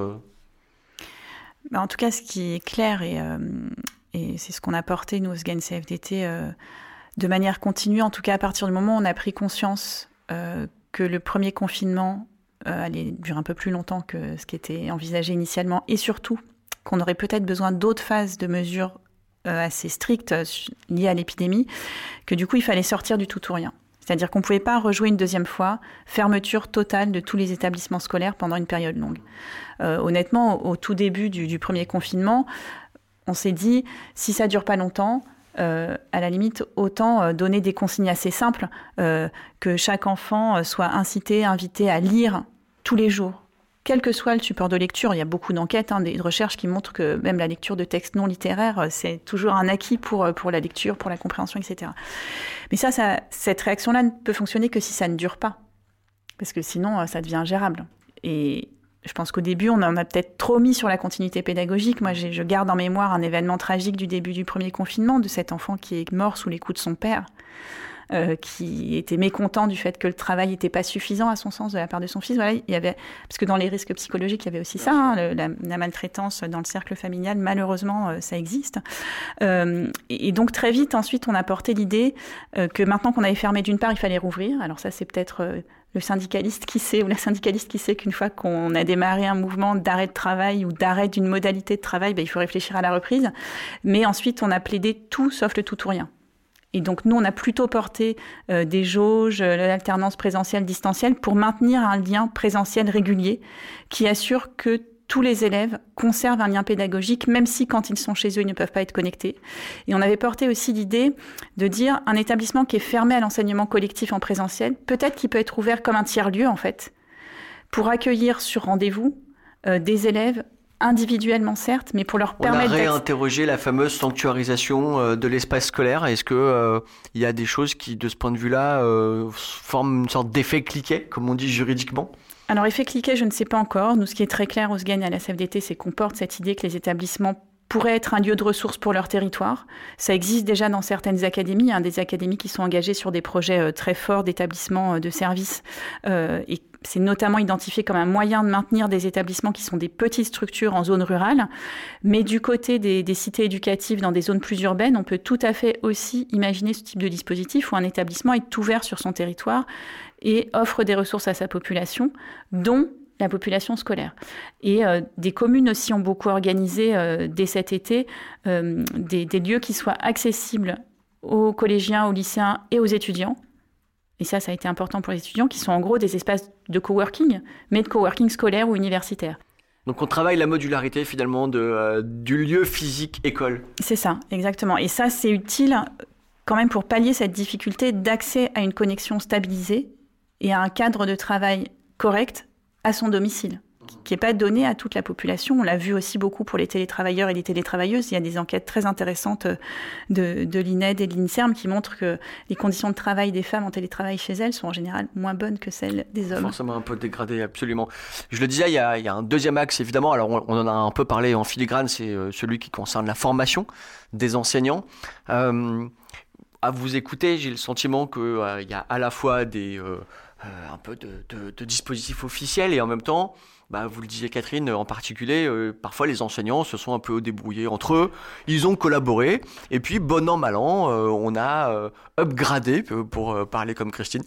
En tout cas, ce qui est clair, et c'est ce qu'on a porté, nous, au SGAN CFDT, de manière continue, en tout cas à partir du moment où on a pris conscience que le premier confinement allait durer un peu plus longtemps que ce qui était envisagé initialement, et surtout qu'on aurait peut-être besoin d'autres phases de mesures assez strictes liées à l'épidémie, que du coup, il fallait sortir du tout ou rien. C'est-à-dire qu'on ne pouvait pas rejouer une deuxième fois, fermeture totale de tous les établissements scolaires pendant une période longue. Honnêtement, au tout début du premier confinement, on s'est dit, si ça ne dure pas longtemps, à la limite, autant donner des consignes assez simples, que chaque enfant soit incité, invité à lire tous les jours. Quel que soit le support de lecture, il y a beaucoup d'enquêtes, des recherches qui montrent que même la lecture de textes non littéraires, c'est toujours un acquis pour la lecture, pour la compréhension, etc. Mais cette réaction-là ne peut fonctionner que si ça ne dure pas. Parce que sinon, ça devient ingérable. Et Je pense qu'au début, on en a peut-être trop mis sur la continuité pédagogique. Moi, je garde en mémoire un événement tragique du début du premier confinement, de cet enfant qui est mort sous les coups de son père, qui était mécontent du fait que le travail n'était pas suffisant à son sens de la part de son fils. Voilà, il y avait, parce que dans les risques psychologiques, il y avait aussi ça, hein, la maltraitance dans le cercle familial, malheureusement, ça existe. Et donc très vite, ensuite, on a porté l'idée que maintenant qu'on avait fermé d'une part, il fallait rouvrir. Alors ça, c'est peut-être le syndicaliste qui sait, ou la syndicaliste qui sait qu'une fois qu'on a démarré un mouvement d'arrêt de travail ou d'arrêt d'une modalité de travail, il faut réfléchir à la reprise. Mais ensuite, on a plaidé tout sauf le tout ou rien. Et donc, nous, on a plutôt porté des jauges, l'alternance présentielle-distancielle pour maintenir un lien présentiel régulier qui assure que tous les élèves conservent un lien pédagogique, même si quand ils sont chez eux, ils ne peuvent pas être connectés. Et on avait porté aussi l'idée de dire un établissement qui est fermé à l'enseignement collectif en présentiel, peut-être qu'il peut être ouvert comme un tiers-lieu, en fait, pour accueillir sur rendez-vous des élèves individuellement certes, mais pour leur permettre... On a réinterrogé la fameuse sanctuarisation de l'espace scolaire. Est-ce que y a des choses qui, de ce point de vue-là, forment une sorte d'effet cliquet, comme on dit juridiquement ? Alors, effet cliquet, je ne sais pas encore. Nous, ce qui est très clair au SGEN et à la CFDT, c'est qu'on porte cette idée que les établissements pourraient être un lieu de ressources pour leur territoire. Ça existe déjà dans certaines académies, des académies qui sont engagées sur des projets très forts d'établissements de services. Et c'est notamment identifié comme un moyen de maintenir des établissements qui sont des petites structures en zone rurale. Mais du côté des cités éducatives dans des zones plus urbaines, on peut tout à fait aussi imaginer ce type de dispositif où un établissement est ouvert sur son territoire et offre des ressources à sa population, dont la population scolaire. Et des communes aussi ont beaucoup organisé dès cet été des lieux qui soient accessibles aux collégiens, aux lycéens et aux étudiants. Et ça a été important pour les étudiants, qui sont en gros des espaces de coworking, mais de coworking scolaire ou universitaire. Donc on travaille la modularité finalement du lieu physique école. C'est ça, exactement. Et ça, c'est utile quand même pour pallier cette difficulté d'accès à une connexion stabilisée et à un cadre de travail correct à son domicile, qui n'est pas donné à toute la population. On l'a vu aussi beaucoup pour les télétravailleurs et les télétravailleuses. Il y a des enquêtes très intéressantes de l'INED et de l'INSERM qui montrent que les conditions de travail des femmes en télétravail chez elles sont en général moins bonnes que celles des hommes. Forcément un peu dégradées, absolument. Je le disais, il y a un deuxième axe, évidemment. Alors on en a un peu parlé en filigrane, c'est celui qui concerne la formation des enseignants. À vous écouter, j'ai le sentiment qu'il y a à la fois un peu de dispositifs officiels et en même temps, vous le disiez Catherine en particulier, parfois les enseignants se sont un peu débrouillés entre eux, ils ont collaboré et puis bon an mal an, on a upgradé, pour parler comme Christine,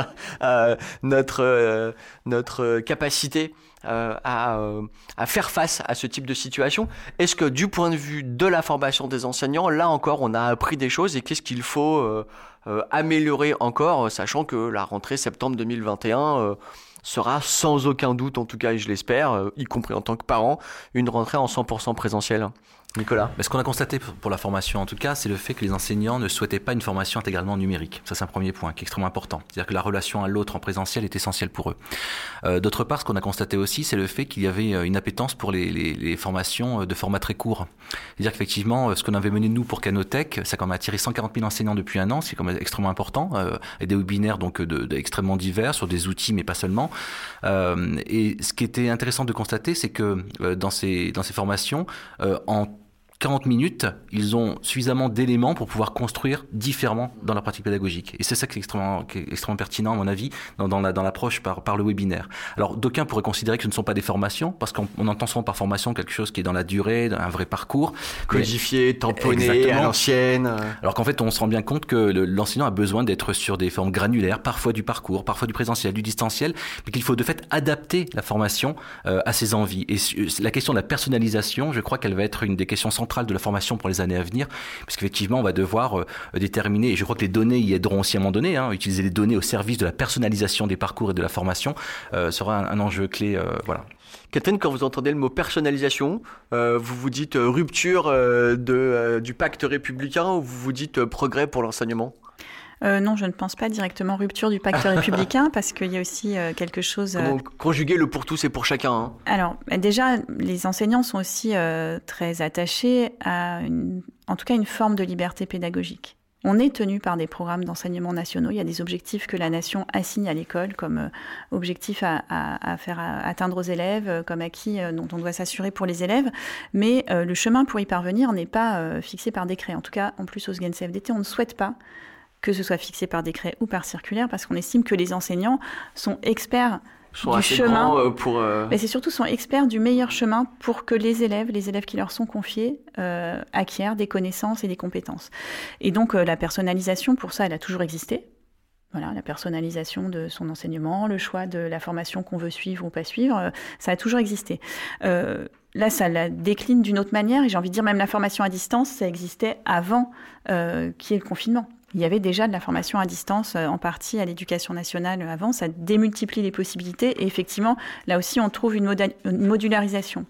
notre capacité à faire face à ce type de situation. Est-ce que du point de vue de la formation des enseignants, là encore on a appris des choses et qu'est-ce qu'il faut améliorer encore, sachant que la rentrée septembre 2021 sera sans aucun doute, en tout cas et je l'espère, y compris en tant que parent, une rentrée en 100% présentielle. Nicolas ? Ce qu'on a constaté pour la formation en tout cas, c'est le fait que les enseignants ne souhaitaient pas une formation intégralement numérique. Ça c'est un premier point qui est extrêmement important. C'est-à-dire que la relation à l'autre en présentiel est essentielle pour eux. D'autre part, ce qu'on a constaté aussi, c'est le fait qu'il y avait une appétence pour les formations de format très court. C'est-à-dire qu'effectivement, ce qu'on avait mené nous pour Canotech, ça a quand même attiré 140 000 enseignants depuis un an, c'est quand même extrêmement important, et des webinaires donc extrêmement divers sur des outils, mais pas seulement. Et ce qui était intéressant de constater, c'est que dans ces formations, en 40 minutes, ils ont suffisamment d'éléments pour pouvoir construire différemment dans la pratique pédagogique. Et c'est ça qui est extrêmement pertinent, à mon avis, dans l'approche par le webinaire. Alors, d'aucuns pourraient considérer que ce ne sont pas des formations, parce qu'on entend souvent par formation quelque chose qui est dans la durée, un vrai parcours. Codifié, tamponné, exactement, à l'ancienne. Alors qu'en fait, on se rend bien compte que l'enseignant a besoin d'être sur des formes granulaires, parfois du parcours, parfois du présentiel, du distanciel, mais qu'il faut de fait adapter la formation à ses envies. Et la question de la personnalisation, je crois qu'elle va être une des questions centrales de la formation pour les années à venir, parce qu'effectivement on va devoir déterminer, et je crois que les données y aideront aussi à un moment donné, utiliser les données au service de la personnalisation des parcours et de la formation sera un enjeu clé. Voilà. Catherine, quand vous entendez le mot personnalisation, vous vous dites rupture du pacte républicain ou vous vous dites progrès pour l'enseignement ? Non, je ne pense pas directement rupture du pacte républicain parce qu'il y a aussi quelque chose... Donc, conjuguer le pour tous et pour chacun. Hein. Alors, déjà, les enseignants sont aussi très attachés à en tout cas une forme de liberté pédagogique. On est tenu par des programmes d'enseignement nationaux. Il y a des objectifs que la nation assigne à l'école comme objectifs à faire atteindre aux élèves, comme acquis dont on doit s'assurer pour les élèves. Mais le chemin pour y parvenir n'est pas fixé par décret. En tout cas, en plus, au SGAN CFDT, on ne souhaite pas que ce soit fixé par décret ou par circulaire parce qu'on estime que les enseignants sont experts du chemin, mais c'est surtout sont experts du meilleur chemin pour que les élèves qui leur sont confiés acquièrent des connaissances et des compétences. Et donc la personnalisation, pour ça, elle a toujours existé. Voilà, la personnalisation de son enseignement, le choix de la formation qu'on veut suivre ou pas suivre, ça a toujours existé. Là, ça la décline d'une autre manière, et j'ai envie de dire même la formation à distance, ça existait avant qu'il y ait le confinement. Il y avait déjà de la formation à distance en partie à l'éducation nationale avant, ça démultiplie les possibilités et effectivement, là aussi, on trouve une modularisation.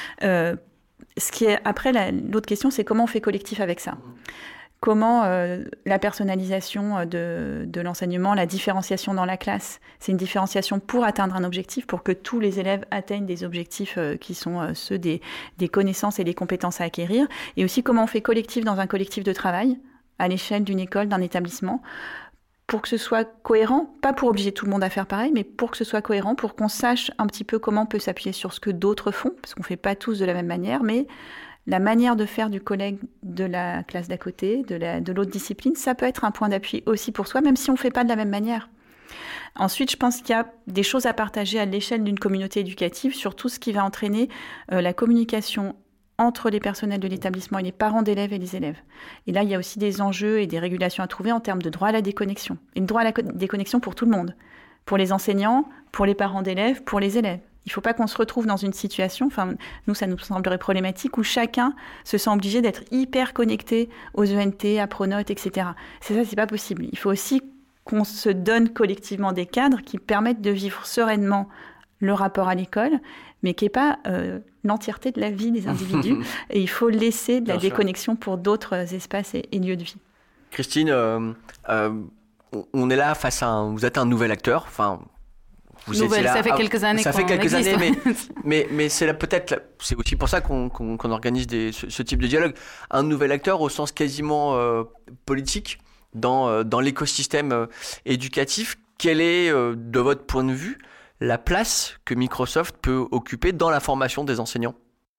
Ce qui est après, l'autre question, c'est comment on fait collectif avec ça ? Comment la personnalisation de l'enseignement, la différenciation dans la classe, c'est une différenciation pour atteindre un objectif, pour que tous les élèves atteignent des objectifs qui sont ceux des connaissances et des compétences à acquérir, et aussi comment on fait collectif dans un collectif de travail, à l'échelle d'une école, d'un établissement, pour que ce soit cohérent, pas pour obliger tout le monde à faire pareil, mais pour que ce soit cohérent, pour qu'on sache un petit peu comment on peut s'appuyer sur ce que d'autres font, parce qu'on ne fait pas tous de la même manière, mais la manière de faire du collègue de la classe d'à côté, de l'autre discipline, ça peut être un point d'appui aussi pour soi, même si on ne fait pas de la même manière. Ensuite, je pense qu'il y a des choses à partager à l'échelle d'une communauté éducative sur tout ce qui va entraîner la communication entre les personnels de l'établissement et les parents d'élèves et les élèves. Et là, il y a aussi des enjeux et des régulations à trouver en termes de droit à la déconnexion. Et le droit à la déconnexion pour tout le monde. Pour les enseignants, pour les parents d'élèves, pour les élèves. Il ne faut pas qu'on se retrouve dans une situation, nous, ça nous semblerait problématique, où chacun se sent obligé d'être hyper connecté aux ENT, à Pronote, etc. C'est pas possible. Il faut aussi qu'on se donne collectivement des cadres qui permettent de vivre sereinement le rapport à l'école, mais qui n'est pas l'entièreté de la vie des individus. Et il faut laisser de la déconnexion pour d'autres espaces et lieux de vie. Christine, on est là face à vous êtes un nouvel acteur. Enfin, vous étiez là. Ça fait quelques années. Ça fait quelques années, mais c'est là peut-être. C'est aussi pour ça qu'on organise ce type de dialogue. Un nouvel acteur au sens quasiment politique dans l'écosystème éducatif. Quelle est, de votre point de vue, la place que Microsoft peut occuper dans la formation des enseignants ?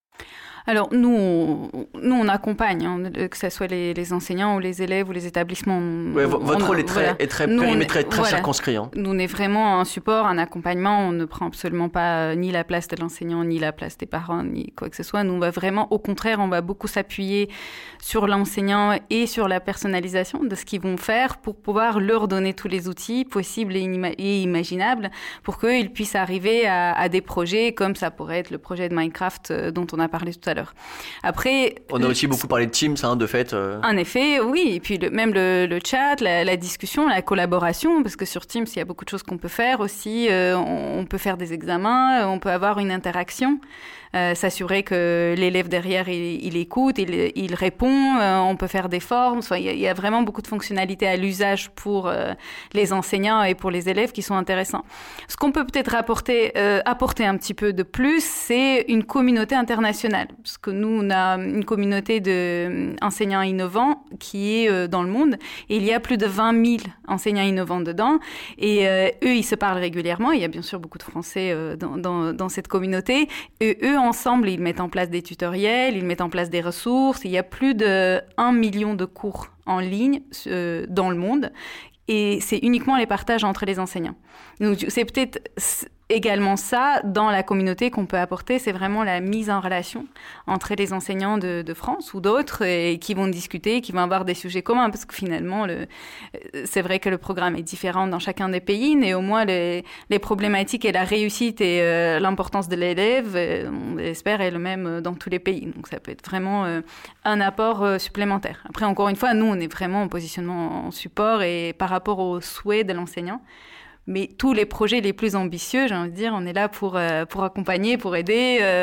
Alors, nous, on accompagne, que ce soit les enseignants ou les élèves ou les établissements. Votre rôle est très périmétré, très circonscrit. Nous, on est vraiment un support, un accompagnement. On ne prend absolument pas ni la place de l'enseignant, ni la place des parents, ni quoi que ce soit. Nous, on va vraiment, au contraire, on va beaucoup s'appuyer sur l'enseignant et sur la personnalisation de ce qu'ils vont faire pour pouvoir leur donner tous les outils possibles et imaginables pour qu'ils puissent arriver à des projets comme ça pourrait être le projet de Minecraft dont on a parlé tout à l'heure. Après, on a aussi beaucoup parlé de Teams, de fait. En effet, oui. Et puis même le chat, la discussion, la collaboration, parce que sur Teams, il y a beaucoup de choses qu'on peut faire aussi. On peut faire des examens, on peut avoir une interaction. S'assurer que l'élève derrière, il écoute, il répond, on peut faire des formes. Enfin, il y a vraiment beaucoup de fonctionnalités à l'usage pour les enseignants et pour les élèves qui sont intéressants. Ce qu'on peut peut-être apporter un petit peu de plus, c'est une communauté internationale. Parce que nous, on a une communauté d'enseignants innovants qui est dans le monde. Et il y a plus de 20 000 enseignants innovants dedans. Et eux, ils se parlent régulièrement. Il y a bien sûr beaucoup de Français dans cette communauté. Et eux, ensemble, ils mettent en place des tutoriels, ils mettent en place des ressources. Il y a plus de 1 million de cours en ligne dans le monde. Et c'est uniquement les partages entre les enseignants. Donc, c'est peut-être également ça, dans la communauté, qu'on peut apporter. C'est vraiment la mise en relation entre les enseignants de France ou d'autres et qui vont discuter, qui vont avoir des sujets communs. Parce que finalement, c'est vrai que le programme est différent dans chacun des pays. Néanmoins, les problématiques et la réussite et l'importance de l'élève, on espère, est le même dans tous les pays. Donc, ça peut être vraiment un apport supplémentaire. Après, encore une fois, nous, on est vraiment en positionnement en support et par rapport aux souhaits de l'enseignant. Mais tous les projets les plus ambitieux, j'ai envie de dire, on est là pour accompagner, pour aider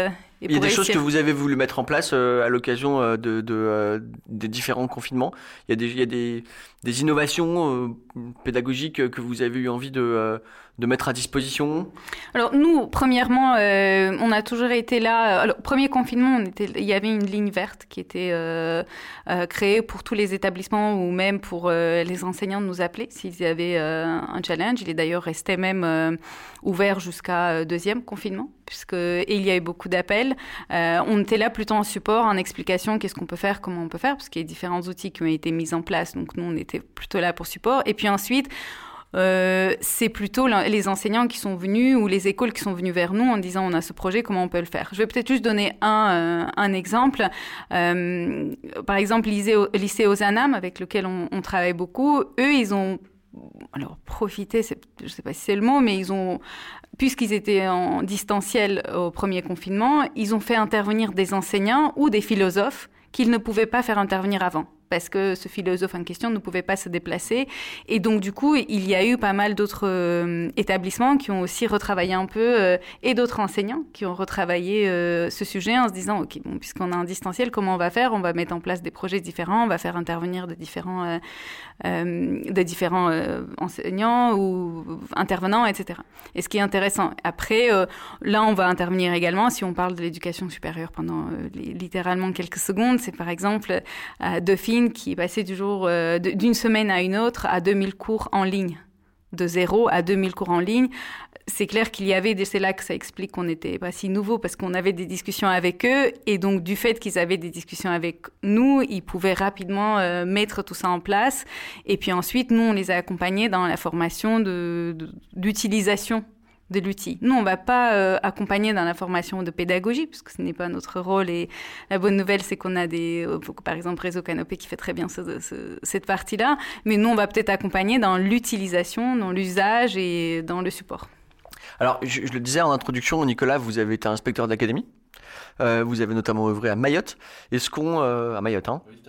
Il y a des choses que vous avez voulu mettre en place à l'occasion des différents confinements. Il y a des innovations pédagogiques que vous avez eu envie de mettre à disposition. Alors nous, premièrement, on a toujours été là. Alors, premier confinement, il y avait une ligne verte qui était créée pour tous les établissements ou même pour les enseignants de nous appeler s'ils avaient un challenge. Il est d'ailleurs resté même ouvert jusqu'à deuxième confinement, et il y a eu beaucoup d'appels. On était là plutôt en support, en explication, qu'est-ce qu'on peut faire, comment on peut faire, parce qu'il y a différents outils qui ont été mis en place. Donc nous, on était plutôt là pour support. Et puis ensuite, c'est plutôt les enseignants qui sont venus ou les écoles qui sont venues vers nous en disant on a ce projet, comment on peut le faire. Je vais peut-être juste donner un exemple. Par exemple, lycée Ozanam, avec lequel on travaille beaucoup, eux, ils ont profité, je ne sais pas si c'est le mot, mais puisqu'ils étaient en distanciel au premier confinement, ils ont fait intervenir des enseignants ou des philosophes qu'ils ne pouvaient pas faire intervenir avant, parce que ce philosophe en question ne pouvait pas se déplacer. Et donc, du coup, il y a eu pas mal d'autres établissements qui ont aussi retravaillé un peu, et d'autres enseignants qui ont retravaillé ce sujet en se disant, OK, bon, puisqu'on a un distanciel, comment on va faire ? On va mettre en place des projets différents, on va faire intervenir de différents enseignants ou intervenants, etc. Et ce qui est intéressant, après, là, on va intervenir également, si on parle de l'éducation supérieure pendant littéralement quelques secondes, c'est par exemple Dauphine qui est passé d'une semaine à une autre à 2000 cours en ligne. De 0 à 2000 cours en ligne. C'est clair qu'il y avait, c'est là que ça explique qu'on n'était pas si nouveau, parce qu'on avait des discussions avec eux, et donc du fait qu'ils avaient des discussions avec nous, ils pouvaient rapidement mettre tout ça en place. Et puis ensuite, nous, on les a accompagnés dans la formation d'utilisation de l'outil. Nous, on ne va pas accompagner dans la formation de pédagogie, puisque ce n'est pas notre rôle. Et la bonne nouvelle, c'est qu'on a par exemple, Réseau Canopé qui fait très bien cette partie-là. Mais nous, on va peut-être accompagner dans l'utilisation, dans l'usage et dans le support. Alors, je le disais en introduction, Nicolas, vous avez été inspecteur d'académie. Vous avez notamment œuvré à Mayotte. Est-ce qu'on à Mayotte, hein oui,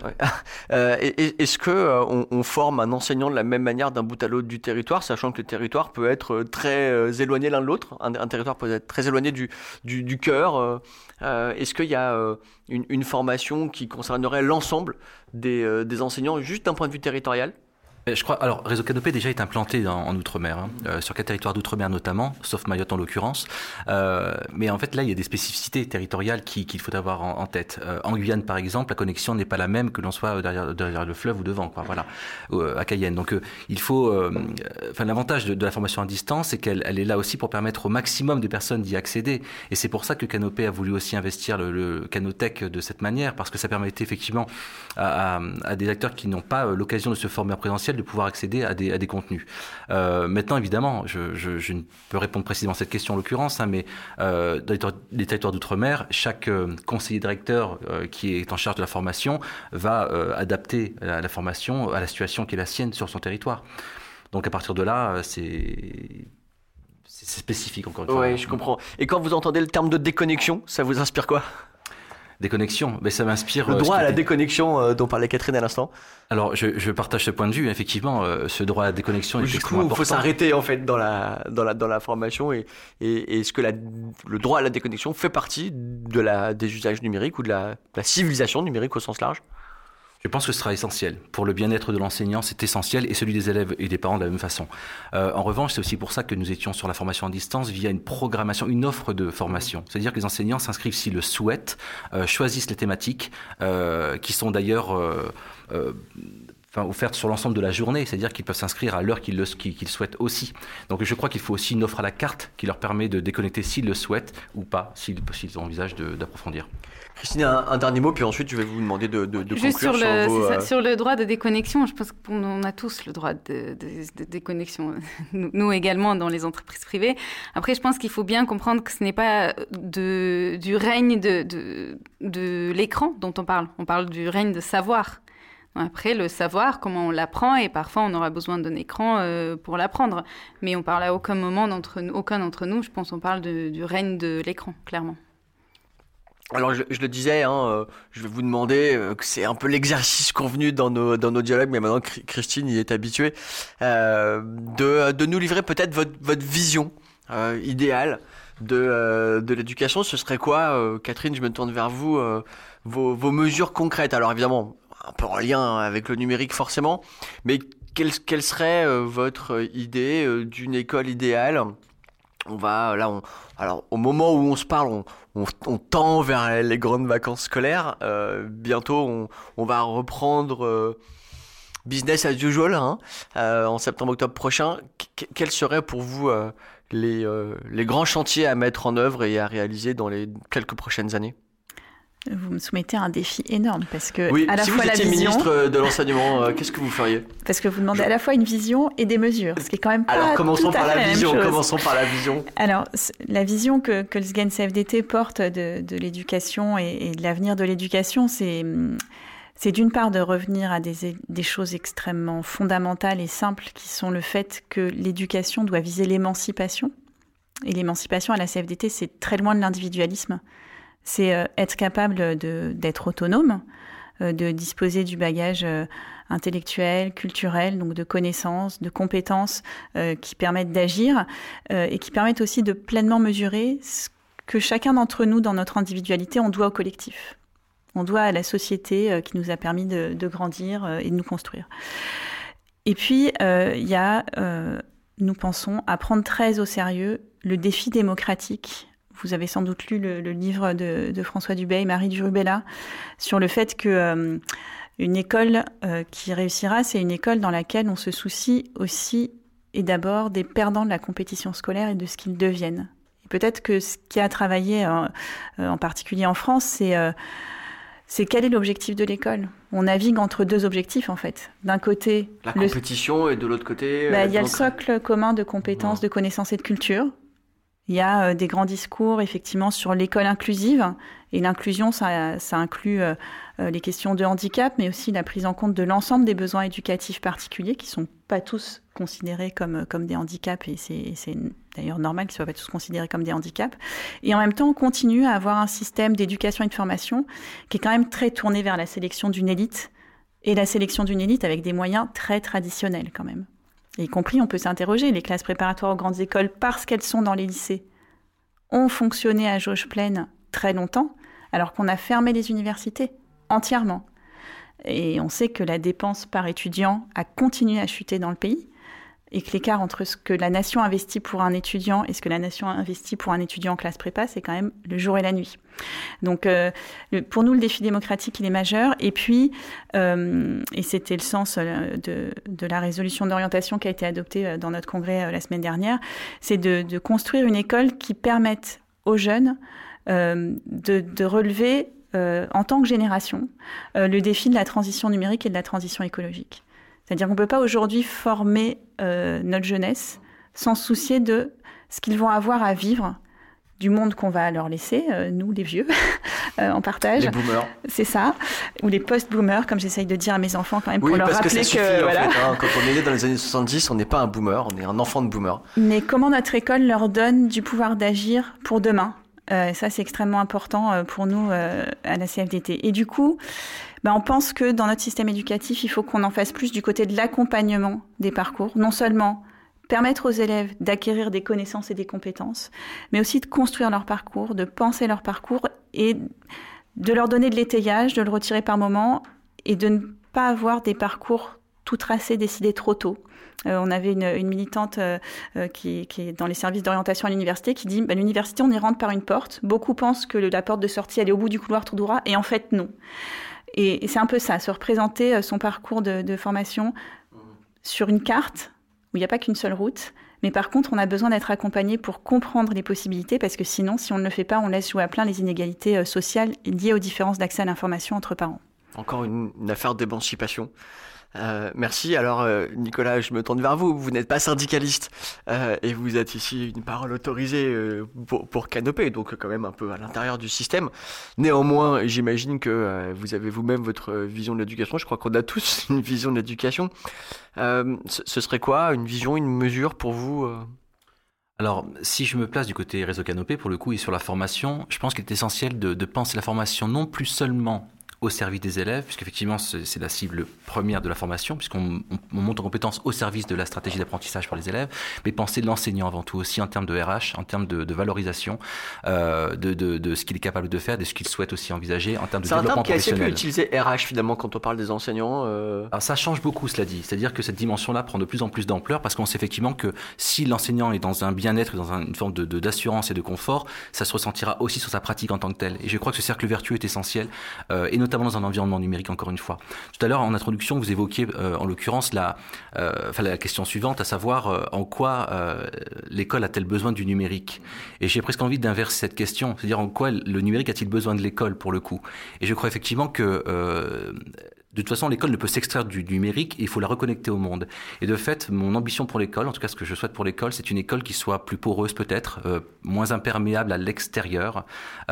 est-ce que on forme un enseignant de la même manière d'un bout à l'autre du territoire, sachant que le territoire peut être très éloigné l'un de l'autre. Un territoire peut être très éloigné du cœur. Est-ce qu'il y a une formation qui concernerait l'ensemble des enseignants, juste d'un point de vue territorial ? Je crois, alors, Réseau Canopé déjà est implanté en Outre-mer, sur 4 territoires d'Outre-mer notamment, sauf Mayotte en l'occurrence. Mais en fait, là, il y a des spécificités territoriales qu'il faut avoir en tête. En Guyane, par exemple, la connexion n'est pas la même que l'on soit derrière le fleuve ou devant, quoi, voilà, à Cayenne. Donc, il faut, l'avantage de la formation à distance, c'est qu'elle est là aussi pour permettre au maximum de personnes d'y accéder. Et c'est pour ça que Canopé a voulu aussi investir le Canotech de cette manière, parce que ça permettait effectivement à des acteurs qui n'ont pas l'occasion de se former en présentiel de pouvoir accéder à des contenus. Maintenant, évidemment, je ne peux répondre précisément à cette question en l'occurrence, mais dans les territoires d'outre-mer, chaque conseiller directeur qui est en charge de la formation va adapter la formation à la situation qui est la sienne sur son territoire. Donc à partir de là, c'est spécifique encore une fois. Oui, je comprends. Et quand vous entendez le terme de déconnexion, ça vous inspire quoi ? Déconnexion, mais ça m'inspire. Le droit à la déconnexion dont parlait Catherine à l'instant. Alors, je partage ce point de vue. Effectivement, ce droit à la déconnexion est extrêmement important. Il faut s'arrêter en fait dans la formation et est-ce que le droit à la déconnexion fait partie des usages numériques ou de la civilisation numérique au sens large ? Je pense que ce sera essentiel. Pour le bien-être de l'enseignant, c'est essentiel, et celui des élèves et des parents de la même façon. En revanche, c'est aussi pour ça que nous étions sur la formation à distance via une programmation, une offre de formation. C'est-à-dire que les enseignants s'inscrivent s'ils le souhaitent, choisissent les thématiques, qui sont d'ailleurs offertes sur l'ensemble de la journée, c'est-à-dire qu'ils peuvent s'inscrire à l'heure qu'ils souhaitent aussi. Donc je crois qu'il faut aussi une offre à la carte qui leur permet de déconnecter s'ils le souhaitent ou pas, s'ils envisagent d'approfondir. Christine, un dernier mot, puis ensuite je vais vous demander de juste conclure sur le droit de déconnexion. Je pense qu'on a tous le droit de déconnexion, nous également dans les entreprises privées. Après, je pense qu'il faut bien comprendre que ce n'est pas du règne de l'écran dont on parle. On parle du règne de savoir. Après, le savoir, comment on l'apprend, et parfois on aura besoin d'un écran pour l'apprendre. Mais on parle à aucun d'entre nous, je pense qu'on parle du règne de l'écran, clairement. Alors je le disais, je vais vous demander, que c'est un peu l'exercice convenu dans nos dialogues, mais maintenant Christine y est habituée, de nous livrer peut-être votre vision idéale de l'éducation. Ce serait quoi, Catherine, je me tourne vers vous, vos mesures concrètes? Alors évidemment, un peu en lien avec le numérique forcément, mais quelle serait votre idée d'une école idéale? Alors au moment où on se parle, on tend vers les grandes vacances scolaires. Bientôt, on va reprendre business as usual, hein, en septembre-octobre prochain. Quels seraient pour vous les grands chantiers à mettre en œuvre et à réaliser dans les quelques prochaines années? Vous me soumettez un défi énorme parce que oui, à la si fois vous étiez la vision, ministre de l'enseignement, qu'est-ce que vous feriez? Parce que vous demandez à la fois une vision et des mesures, ce qui est quand même pas Alors commençons tout à par fait la vision. même chose. Commençons par la vision. Alors la vision que le SGEN CFDT porte de l'éducation et de l'avenir de l'éducation, c'est d'une part de revenir à des choses extrêmement fondamentales et simples qui sont le fait que l'éducation doit viser l'émancipation. Et l'émancipation à la CFDT, c'est très loin de l'individualisme. C'est être capable d'être autonome, de disposer du bagage intellectuel, culturel, donc de connaissances, de compétences qui permettent d'agir et qui permettent aussi de pleinement mesurer ce que chacun d'entre nous, dans notre individualité, on doit au collectif. On doit à la société qui nous a permis de grandir et de nous construire. Et puis, il y a, nous pensons, à prendre très au sérieux le défi démocratique. Vous avez sans doute lu le livre de François Dubé et Marie Durubella sur le fait que une école qui réussira, c'est une école dans laquelle on se soucie aussi et d'abord des perdants de la compétition scolaire et de ce qu'ils deviennent. Et peut-être que ce qui a travaillé en particulier en France, c'est quel est l'objectif de l'école? On navigue entre deux objectifs, en fait. D'un côté... La compétition et de l'autre côté... il y a le socle commun de compétences, de connaissances et de culture. Il y a des grands discours, effectivement, sur l'école inclusive. Et l'inclusion, ça inclut les questions de handicap, mais aussi la prise en compte de l'ensemble des besoins éducatifs particuliers, qui ne sont pas tous considérés comme des handicaps. Et c'est d'ailleurs normal qu'ils ne soient pas tous considérés comme des handicaps. Et en même temps, on continue à avoir un système d'éducation et de formation qui est quand même très tourné vers la sélection d'une élite. Et la sélection d'une élite avec des moyens très traditionnels, quand même. Et y compris, on peut s'interroger, les classes préparatoires aux grandes écoles, parce qu'elles sont dans les lycées, ont fonctionné à jauge pleine très longtemps, alors qu'on a fermé les universités entièrement. Et on sait que la dépense par étudiant a continué à chuter dans le pays, et que l'écart entre ce que la nation investit pour un étudiant et ce que la nation investit pour un étudiant en classe prépa, c'est quand même le jour et la nuit. Donc, pour nous, le défi démocratique, il est majeur. Et puis, et c'était le sens de la résolution d'orientation qui a été adoptée dans notre congrès la semaine dernière, c'est de construire une école qui permette aux jeunes de relever, en tant que génération, le défi de la transition numérique et de la transition écologique. C'est-à-dire qu'on ne peut pas aujourd'hui former notre jeunesse sans se soucier de ce qu'ils vont avoir à vivre du monde qu'on va leur laisser, nous les vieux, en partage. Les boomers. C'est ça, ou les post-boomers, comme j'essaye de dire à mes enfants quand même, pour leur rappeler que... Oui, parce que ça suffit, voilà. En fait, hein, quand on est né dans les années 70, on n'est pas un boomer, on est un enfant de boomer. Mais comment notre école leur donne du pouvoir d'agir pour demain? Ça, c'est extrêmement important pour nous à la CFDT. Et du coup, on pense que dans notre système éducatif, il faut qu'on en fasse plus du côté de l'accompagnement des parcours. Non seulement permettre aux élèves d'acquérir des connaissances et des compétences, mais aussi de construire leur parcours, de penser leur parcours et de leur donner de l'étayage, de le retirer par moment et de ne pas avoir des parcours tout tracés, décidés trop tôt. On avait une militante qui est dans les services d'orientation à l'université qui dit l'université, on y rentre par une porte. Beaucoup pensent que la porte de sortie, elle est au bout du couloir tout droit, et en fait, non. Et c'est un peu ça, se représenter son parcours de formation sur une carte où il n'y a pas qu'une seule route. Mais par contre, on a besoin d'être accompagné pour comprendre les possibilités, parce que sinon, si on ne le fait pas, on laisse jouer à plein les inégalités sociales liées aux différences d'accès à l'information entre parents. Encore une affaire d'émancipation. Merci. Alors, Nicolas, je me tourne vers vous. Vous n'êtes pas syndicaliste et vous êtes ici une parole autorisée pour Canopé, donc quand même un peu à l'intérieur du système. Néanmoins, j'imagine que vous avez vous-même votre vision de l'éducation. Je crois qu'on a tous une vision de l'éducation. Ce serait quoi une vision, une mesure pour vous Alors, si je me place du côté réseau Canopé, pour le coup, et sur la formation, je pense qu'il est essentiel de penser la formation non plus seulement au service des élèves, puisqu'effectivement c'est la cible première de la formation, puisqu'on monte en compétences au service de la stratégie d'apprentissage pour les élèves, mais penser l'enseignant avant tout aussi en termes de RH, en termes de valorisation de ce qu'il est capable de faire, de ce qu'il souhaite aussi envisager en termes de développement professionnel. C'est un terme qui est assez peu utilisé, RH, finalement, quand on parle des enseignants. Alors ça change beaucoup, cela dit. C'est-à-dire que cette dimension-là prend de plus en plus d'ampleur parce qu'on sait effectivement que si l'enseignant est dans un bien-être, dans une forme d'assurance et de confort, ça se ressentira aussi sur sa pratique en tant que telle. Et je crois que ce cercle vertueux est essentiel, et notamment dans un environnement numérique, encore une fois. Tout à l'heure, en introduction, vous évoquiez en l'occurrence la question suivante, à savoir en quoi l'école a-t-elle besoin du numérique ? Et j'ai presque envie d'inverser cette question, c'est-à-dire en quoi le numérique a-t-il besoin de l'école pour le coup ? Et je crois effectivement que de toute façon, l'école ne peut s'extraire du numérique et il faut la reconnecter au monde. Et de fait, mon ambition pour l'école, en tout cas ce que je souhaite pour l'école, c'est une école qui soit plus poreuse peut-être, moins imperméable à l'extérieur.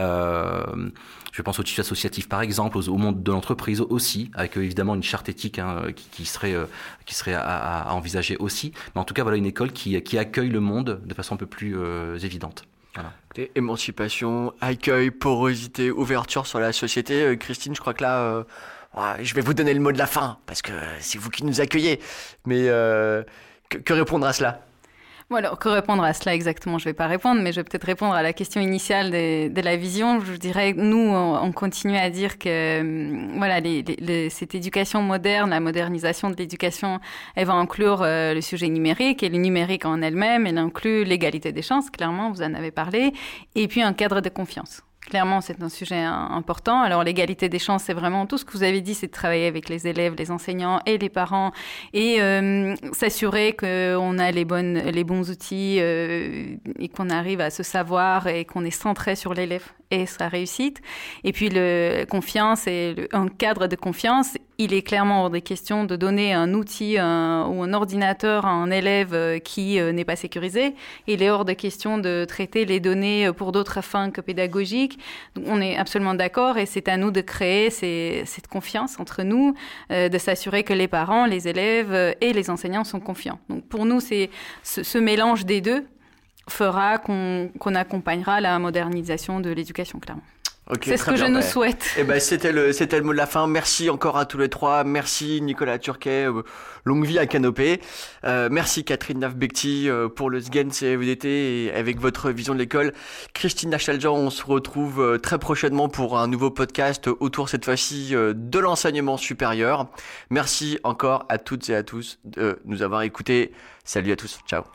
Je pense au tissu associatif par exemple, au monde de l'entreprise aussi, avec évidemment une charte éthique qui serait à envisager aussi. Mais en tout cas, voilà une école qui accueille le monde de façon un peu plus évidente. Voilà. Émancipation, accueil, porosité, ouverture sur la société. Christine, je crois que là... je vais vous donner le mot de la fin, parce que c'est vous qui nous accueillez. Mais que répondre à cela ? Bon, alors, que répondre à cela exactement ? Je ne vais pas répondre, mais je vais peut-être répondre à la question initiale de la vision. Je dirais, nous, on continue à dire que voilà, cette éducation moderne, la modernisation de l'éducation, elle va inclure le sujet numérique, et le numérique en elle-même, elle inclut l'égalité des chances, clairement, vous en avez parlé, et puis un cadre de confiance. Clairement, c'est un sujet important. Alors, l'égalité des chances, c'est vraiment tout ce que vous avez dit, c'est de travailler avec les élèves, les enseignants et les parents et s'assurer qu'on a les bons outils et qu'on arrive à se savoir et qu'on est centré sur l'élève et sa réussite. Et puis, confiance et un cadre de confiance, il est clairement hors des questions de donner un outil ou un ordinateur à un élève qui n'est pas sécurisé. Il est hors de question de traiter les données pour d'autres fins que pédagogiques. Donc, on est absolument d'accord et c'est à nous de créer cette confiance entre nous, de s'assurer que les parents, les élèves et les enseignants sont confiants. Donc pour nous, c'est ce mélange des deux fera qu'on accompagnera la modernisation de l'éducation, clairement. Okay, c'est ce que je nous souhaite. C'était le mot de la fin. Merci encore à tous les trois. Merci Nicolas Turquet, longue vie à Canopée. Merci Catherine Nafbekti pour le SGEN CFDT et avec votre vision de l'école. Christine Nachaljan, on se retrouve très prochainement pour un nouveau podcast autour cette fois-ci de l'enseignement supérieur. Merci encore à toutes et à tous de nous avoir écoutés. Salut à tous. Ciao.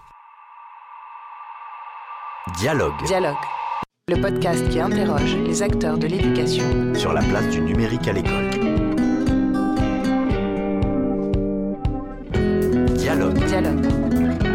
Dialogue. Le podcast qui interroge les acteurs de l'éducation sur la place du numérique à l'école. Dialogue.